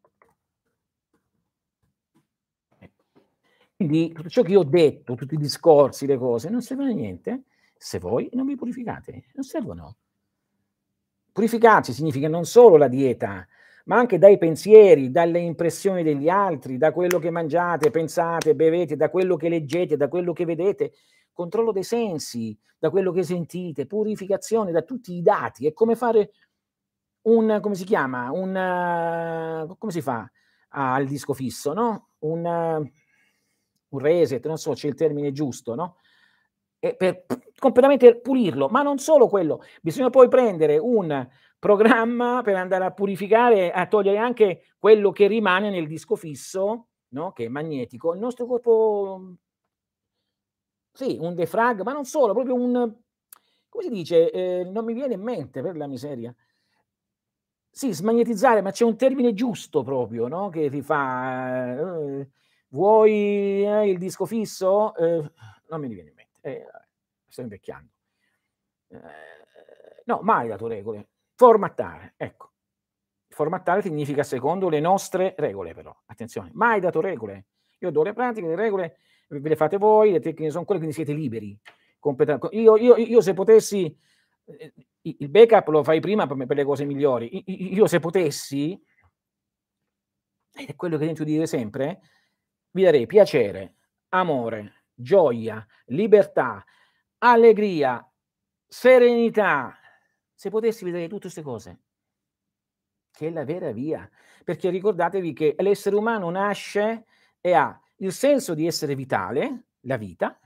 Quindi tutto ciò che io ho detto, tutti i discorsi, le cose, non servono a niente se voi non vi purificate, non servono. Purificarsi significa non solo la dieta, ma anche dai pensieri, dalle impressioni degli altri, da quello che mangiate, pensate, bevete, da quello che leggete, da quello che vedete, controllo dei sensi, da quello che sentite, purificazione da tutti i dati. È come fare come si chiama? Come si fa al disco fisso, no, un reset, non so, c'è il termine giusto, no, e per completamente pulirlo, ma non solo quello, bisogna poi prendere un programma per andare a purificare, a togliere anche quello che rimane nel disco fisso, no, che è magnetico. Il nostro corpo sì, un defrag, ma non solo, proprio un come si dice, non mi viene in mente per la miseria. Sì, smagnetizzare, ma c'è un termine giusto proprio, no, che ti fa, "Vuoi, il disco fisso?" Non mi viene in mente. Vabbè, sto invecchiando. Ehm, no, mai dato regole. Formattare, ecco. Formattare significa secondo le nostre regole però, attenzione, mai dato regole. Io do le pratiche, le regole ve le fate voi, le tecniche son quelle, quindi siete liberi. Io se potessi il backup lo fai prima per le cose migliori. Io se potessi, ed è quello che tento di dire sempre, vi darei piacere, amore, gioia, libertà, allegria, serenità. Se potessi vi darei tutte 'ste cose, che è la vera via. Perché ricordatevi che l'essere umano nasce e ha il senso di essere vitale, la vita,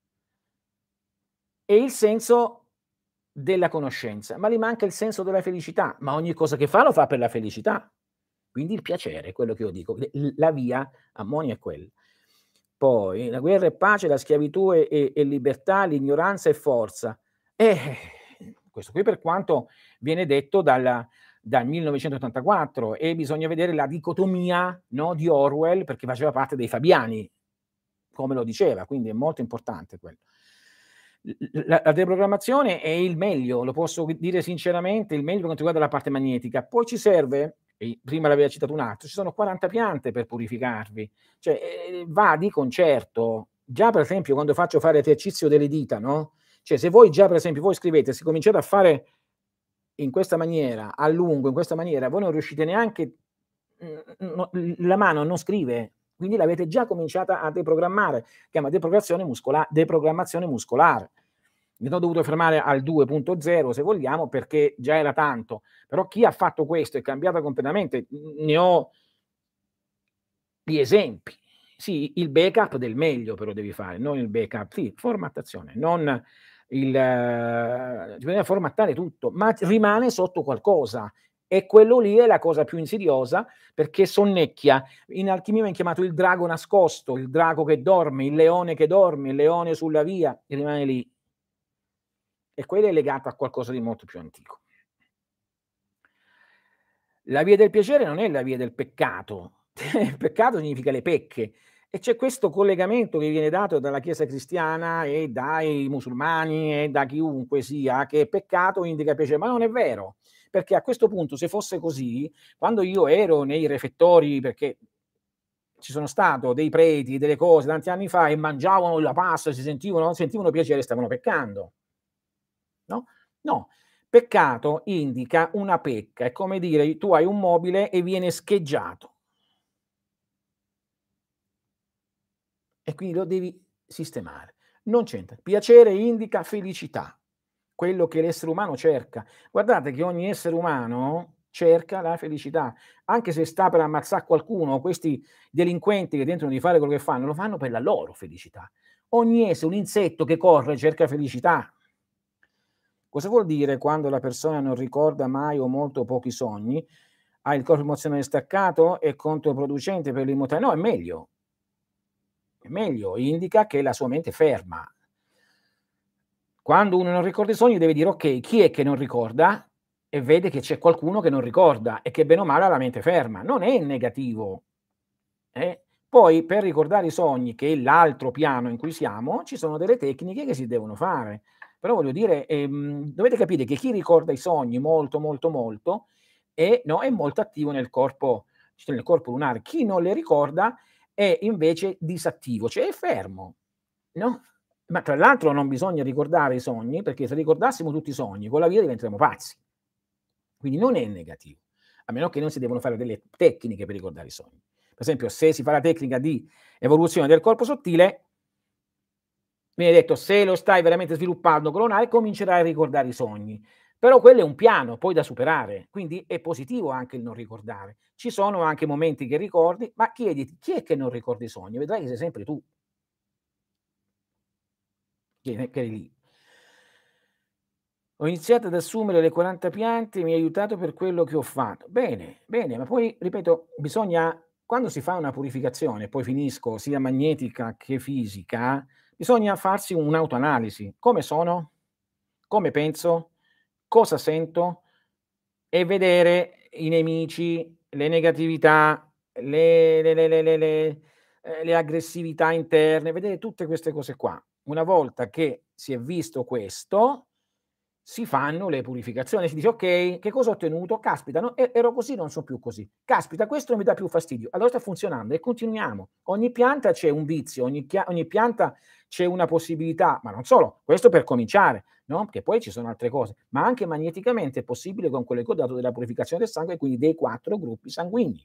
e il senso della conoscenza, ma gli manca il senso della felicità, ma ogni cosa che fa lo fa per la felicità. Quindi il piacere è quello che io dico, la via ammonia è quella. Poi la guerra è pace, la schiavitù è libertà, l'ignoranza è forza. Questo qui per quanto viene detto dal 1984 e bisogna vedere la dicotomia, no, di Orwell, perché faceva parte dei fabiani, come lo diceva, quindi è molto importante quello. La deprogrammazione è il meglio, lo posso dire sinceramente, il meglio per quanto riguarda la parte magnetica. Poi ci serve, e prima l'aveva citato un altro, ci sono 40 piante per purificarvi, cioè va di concerto. Già per esempio quando faccio fare esercizio delle dita, no, cioè se voi già per esempio voi scrivete, se cominciate a fare in questa maniera, a lungo, in questa maniera, voi non riuscite neanche la mano non scrive, quindi l'avete già cominciata a deprogrammare, si chiama deprogrammazione muscolare. Mi sono dovuto fermare al 2.0 se vogliamo, perché già era tanto, però chi ha fatto questo e cambiato completamente, ne ho gli esempi. Sì, il backup del meglio però devi fare, non il backup, sì, formattazione, non bisogna formattare tutto, ma rimane sotto qualcosa e quello lì è la cosa più insidiosa perché sonnecchia. In alchimia viene chiamato il drago nascosto, il drago che dorme, il leone il leone sulla via, e rimane lì. E quello è legato a qualcosa di molto più antico. La via del piacere non è la via del peccato. Il peccato significa le pecche e c'è questo collegamento che viene dato dalla Chiesa cristiana e dai musulmani e da chiunque sia, che peccato indica piacere, ma non è vero, perché a questo punto se fosse così, quando io ero nei refettori, perché ci sono stato dei preti, delle cose tanti anni fa e mangiavano la pasta, sentivano piacere, stavano peccando, no? No. Peccato indica una pecca, è come dire tu hai un mobile e viene scheggiato e quindi lo devi sistemare. Non c'entra. Piacere indica felicità, quello che l'essere umano cerca. Guardate che ogni essere umano cerca la felicità, anche se sta per ammazzà qualcuno, questi delinquenti che tentano di fare quello che fanno, lo fanno per la loro felicità. Ogni essere, un insetto che corre cerca felicità. Cosa vuol dire quando la persona non ricorda mai o molto pochi sogni? Ha il corpo emozionale staccato? È controproducente per l'immortalità? No, è meglio, indica che la sua mente è ferma. Quando uno non ricorda i sogni deve dire: "Okay, chi è che non ricorda?" E vede che c'è qualcuno che non ricorda e che bene o male ha la mente ferma. Non è negativo, eh. Poi per ricordare i sogni, che è l'altro piano in cui siamo, ci sono delle tecniche che si devono fare. Però voglio dire, dovete capire che chi ricorda i sogni molto, molto, molto è molto attivo nel corpo lunare. Chi non le ricorda è invece disattivo, cioè è fermo, no? Ma tra l'altro non bisogna ricordare i sogni, perché se ricordassimo tutti i sogni, con la vita diventeremo pazzi. Quindi non è negativo, a meno che non si devono fare delle tecniche per ricordare i sogni. Per esempio, se si fa la tecnica di evoluzione del corpo sottile, viene detto se lo stai veramente sviluppando colonare, comincerai a ricordare i sogni. Però quello è un piano poi da superare, quindi è positivo anche il non ricordare. Ci sono anche momenti che ricordi, ma chiediti chi è che non ricorda i sogni? Vedrai che sei sempre tu che eri lì. Ho iniziato ad assumere le 40 piante, mi ha aiutato per quello che ho fatto. Bene, bene, ma poi ripeto, bisogna quando si fa una purificazione, poi finisco, sia magnetica che fisica, bisogna farsi un'autoanalisi. Come sono? Come penso? Cosa sento? E vedere i nemici, le negatività, le aggressività interne, vedere tutte queste cose qua. Una volta che si è visto questo, si fanno le purificazioni, si dice: "Okay, che cosa ho ottenuto? Caspita, no, ero così, non so più così. Caspita, questo non mi dà più fastidio. Allora sta funzionando", e continuiamo. Ogni pianta c'è un vizio, ogni pianta c'è una possibilità, ma non solo, questo per cominciare, no, che poi ci sono altre cose, ma anche magneticamente è possibile con quello che ho dato della purificazione del sangue, quindi dei 4 gruppi sanguigni.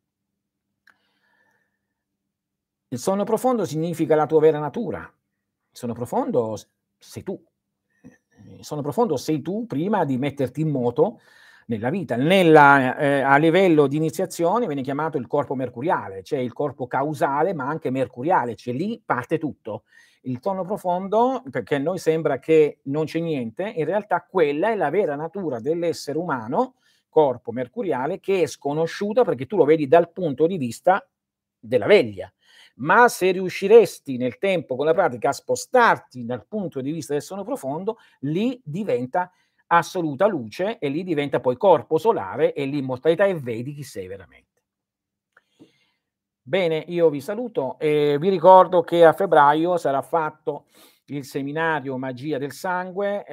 Il sonno profondo significa la tua vera natura. Il sonno profondo sei tu. Il sonno profondo sei tu prima di metterti in moto nella vita. A livello di iniziazione viene chiamato il corpo mercuriale, cioè il corpo causale, ma anche mercuriale, cioè lì parte tutto. Il sonno profondo, perché a noi sembra che non c'è niente, in realtà quella è la vera natura dell'essere umano, corpo mercuriale, che è sconosciuta perché tu lo vedi dal punto di vista della veglia. Ma se riusciresti nel tempo con la pratica a spostarti dal punto di vista del sonno profondo, lì diventa assoluta luce e lì diventa poi corpo solare e l'immortalità e vedi chi sei veramente. Bene, io vi saluto e vi ricordo che a febbraio sarà fatto il seminario Magia del sangue,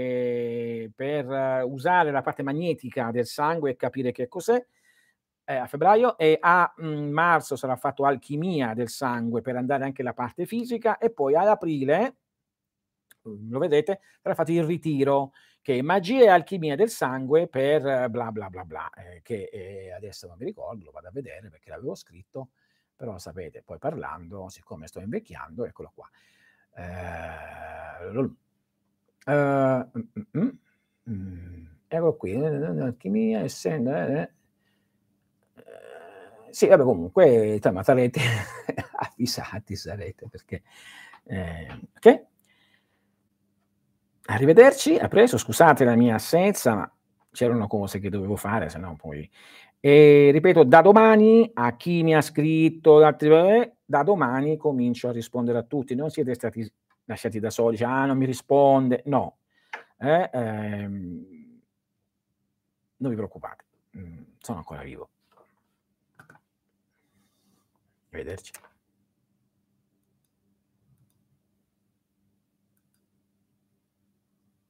per usare la parte magnetica del sangue e capire che cos'è, a febbraio, e a, marzo sarà fatto alchimia del sangue per andare anche la parte fisica, e poi ad aprile, lo vedete, sarà fatto il ritiro, che è magia e alchimia del sangue per bla bla bla bla, che, adesso non mi ricordo, lo vado a vedere perché l'avevo scritto, però sapete, poi parlando, siccome sto invecchiando, eccolo qua. Lol Eccolo qui, alchimia, essendo sì, vabbè, comunque insomma sarete avvisati sarete perché okay? Arrivederci, a presto, scusate la mia assenza, ma c'erano cose che dovevo fare, se no poi ripeto, da domani a chi mi ha scritto, altri da domani comincio a rispondere a tutti, non siete stati lasciati da soli, dice: "Ah, non mi risponde", no, non vi preoccupate, sono ancora vivo. Arrivederci.